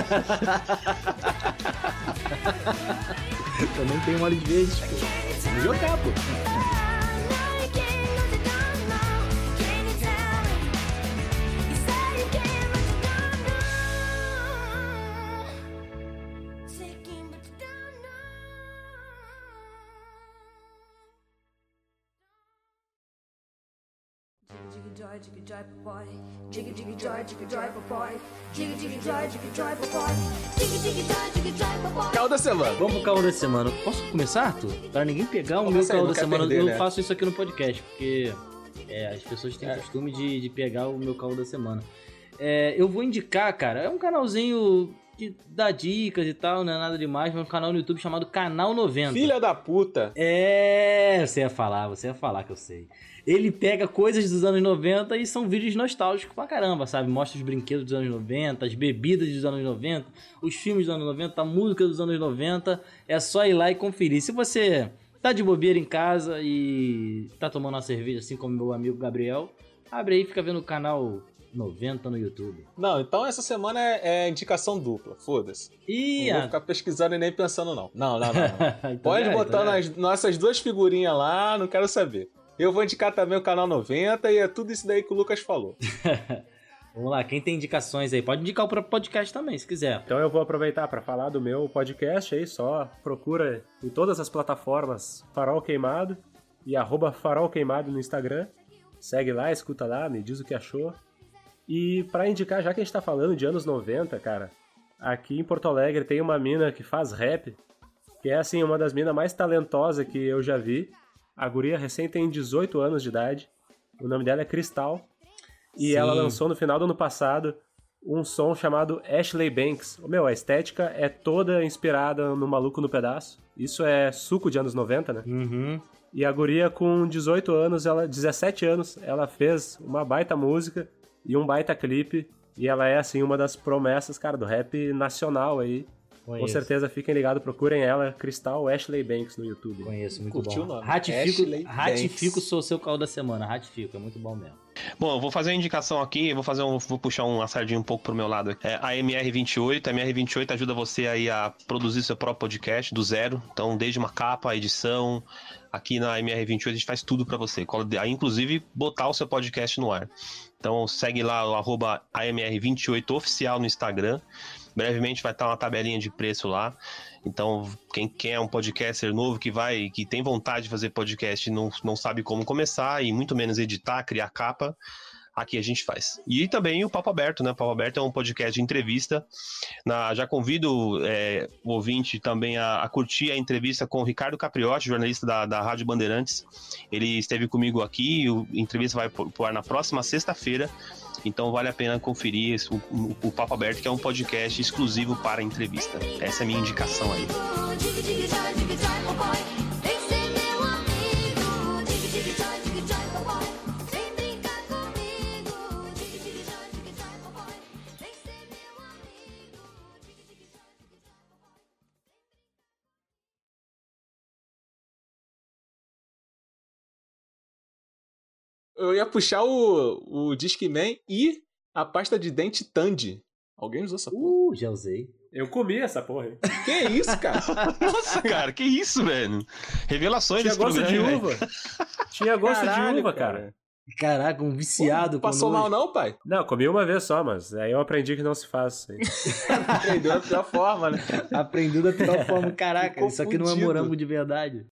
Também tem olhos verdes, pô. Vamos jogar, pô. Caô da semana. Vamos pro caô da semana. Posso começar, Arthur? Pra ninguém pegar o meu Começa aí, caô não da quer semana. perder, eu né? faço isso aqui no podcast, porque é, as pessoas têm costume de, de pegar o meu caô da semana. É, eu vou indicar, cara, é um canalzinho que dá dicas e tal, não é nada demais, mas um canal no YouTube chamado Canal noventa. Filha da puta. É, você ia falar, você ia falar que eu sei. Ele pega coisas dos anos noventa e são vídeos nostálgicos pra caramba, sabe? Mostra os brinquedos dos anos noventa, as bebidas dos anos noventa, os filmes dos anos noventa, a música dos anos noventa. É só ir lá e conferir. Se você tá de bobeira em casa e tá tomando uma cerveja, assim como meu amigo Gabriel, abre aí e fica vendo o canal noventa no YouTube. Não, então essa semana é, é indicação dupla, foda-se. Ih, Não vou a- ficar pesquisando e nem pensando, não. Não, não, não. não. Então Pode já é, botar então já é. nas nossas duas figurinhas lá, não quero saber. Eu vou indicar também o canal noventa e é tudo isso daí que o Lucas falou. Vamos lá, quem tem indicações aí? Pode indicar o próprio podcast também, se quiser. Então eu vou aproveitar para falar do meu podcast aí, só procura em todas as plataformas Farol Queimado e arroba Farol Queimado no Instagram. Segue lá, escuta lá, me diz o que achou. E para indicar, já que a gente tá falando de anos noventa, cara, aqui em Porto Alegre tem uma mina que faz rap, que é, assim, uma das minas mais talentosas que eu já vi. A guria recém tem dezoito anos de idade. O nome dela é Cristal. E Sim. ela lançou no final do ano passado um som chamado Ashley Banks. Meu, a estética é toda inspirada no Maluco no Pedaço. Isso é suco de anos noventa, né? Uhum. E a guria com dezoito anos, ela, dezessete anos, ela fez uma baita música e um baita clipe. E ela é, assim, uma das promessas, cara, do rap nacional aí. Conheço. Com certeza, fiquem ligados, procurem ela, Cristal Ashley Banks no YouTube. Conheço, muito Curtiu bom. o nome? Ratifico, Ashley ratifico Banks. sou o seu caldo da semana, ratifico, é muito bom mesmo. Bom, eu vou fazer uma indicação aqui, vou fazer um, vou puxar uma sardinha um pouco pro meu lado. É a M R vinte e oito, a M R vinte e oito ajuda você aí a produzir seu próprio podcast do zero. Então, desde uma capa, a edição, aqui na M R vinte e oito a gente faz tudo pra você. Aí, inclusive, botar o seu podcast no ar. Então, segue lá o arroba A M R vinte e oito oficial no Instagram. Brevemente vai estar uma tabelinha de preço lá. Então, quem quer é um podcaster novo que vai, que tem vontade de fazer podcast e não, não sabe como começar, e muito menos editar, criar capa, aqui a gente faz. E também o Papo Aberto, né? O Papo Aberto é um podcast de entrevista. Na, já convido é, o ouvinte também a, a curtir a entrevista com o Ricardo Capriotti, jornalista da, da Rádio Bandeirantes. Ele esteve comigo aqui, a entrevista vai pro ar na próxima sexta-feira. Então vale a pena conferir esse, o, o, o Papo Aberto, que é um podcast exclusivo para entrevista. Essa é a minha indicação aí. Eu ia puxar o, o Discman e a pasta de dente Tandy. Alguém usou essa porra? Uh, já usei. Eu comi essa porra aí. Que isso, cara? Nossa, cara, que isso, velho? Revelações Tinha desse gosto programa, de velho. uva. Tinha gosto Caralho, de uva, cara. cara. Caraca, um viciado. Não passou com mal nojo. não, pai? Não, comi uma vez só, mas aí eu aprendi que não se faz. Aprendeu da pior forma, né? Aprendeu da pior forma. Caraca, Ficou isso aqui não é fudido. morango de verdade.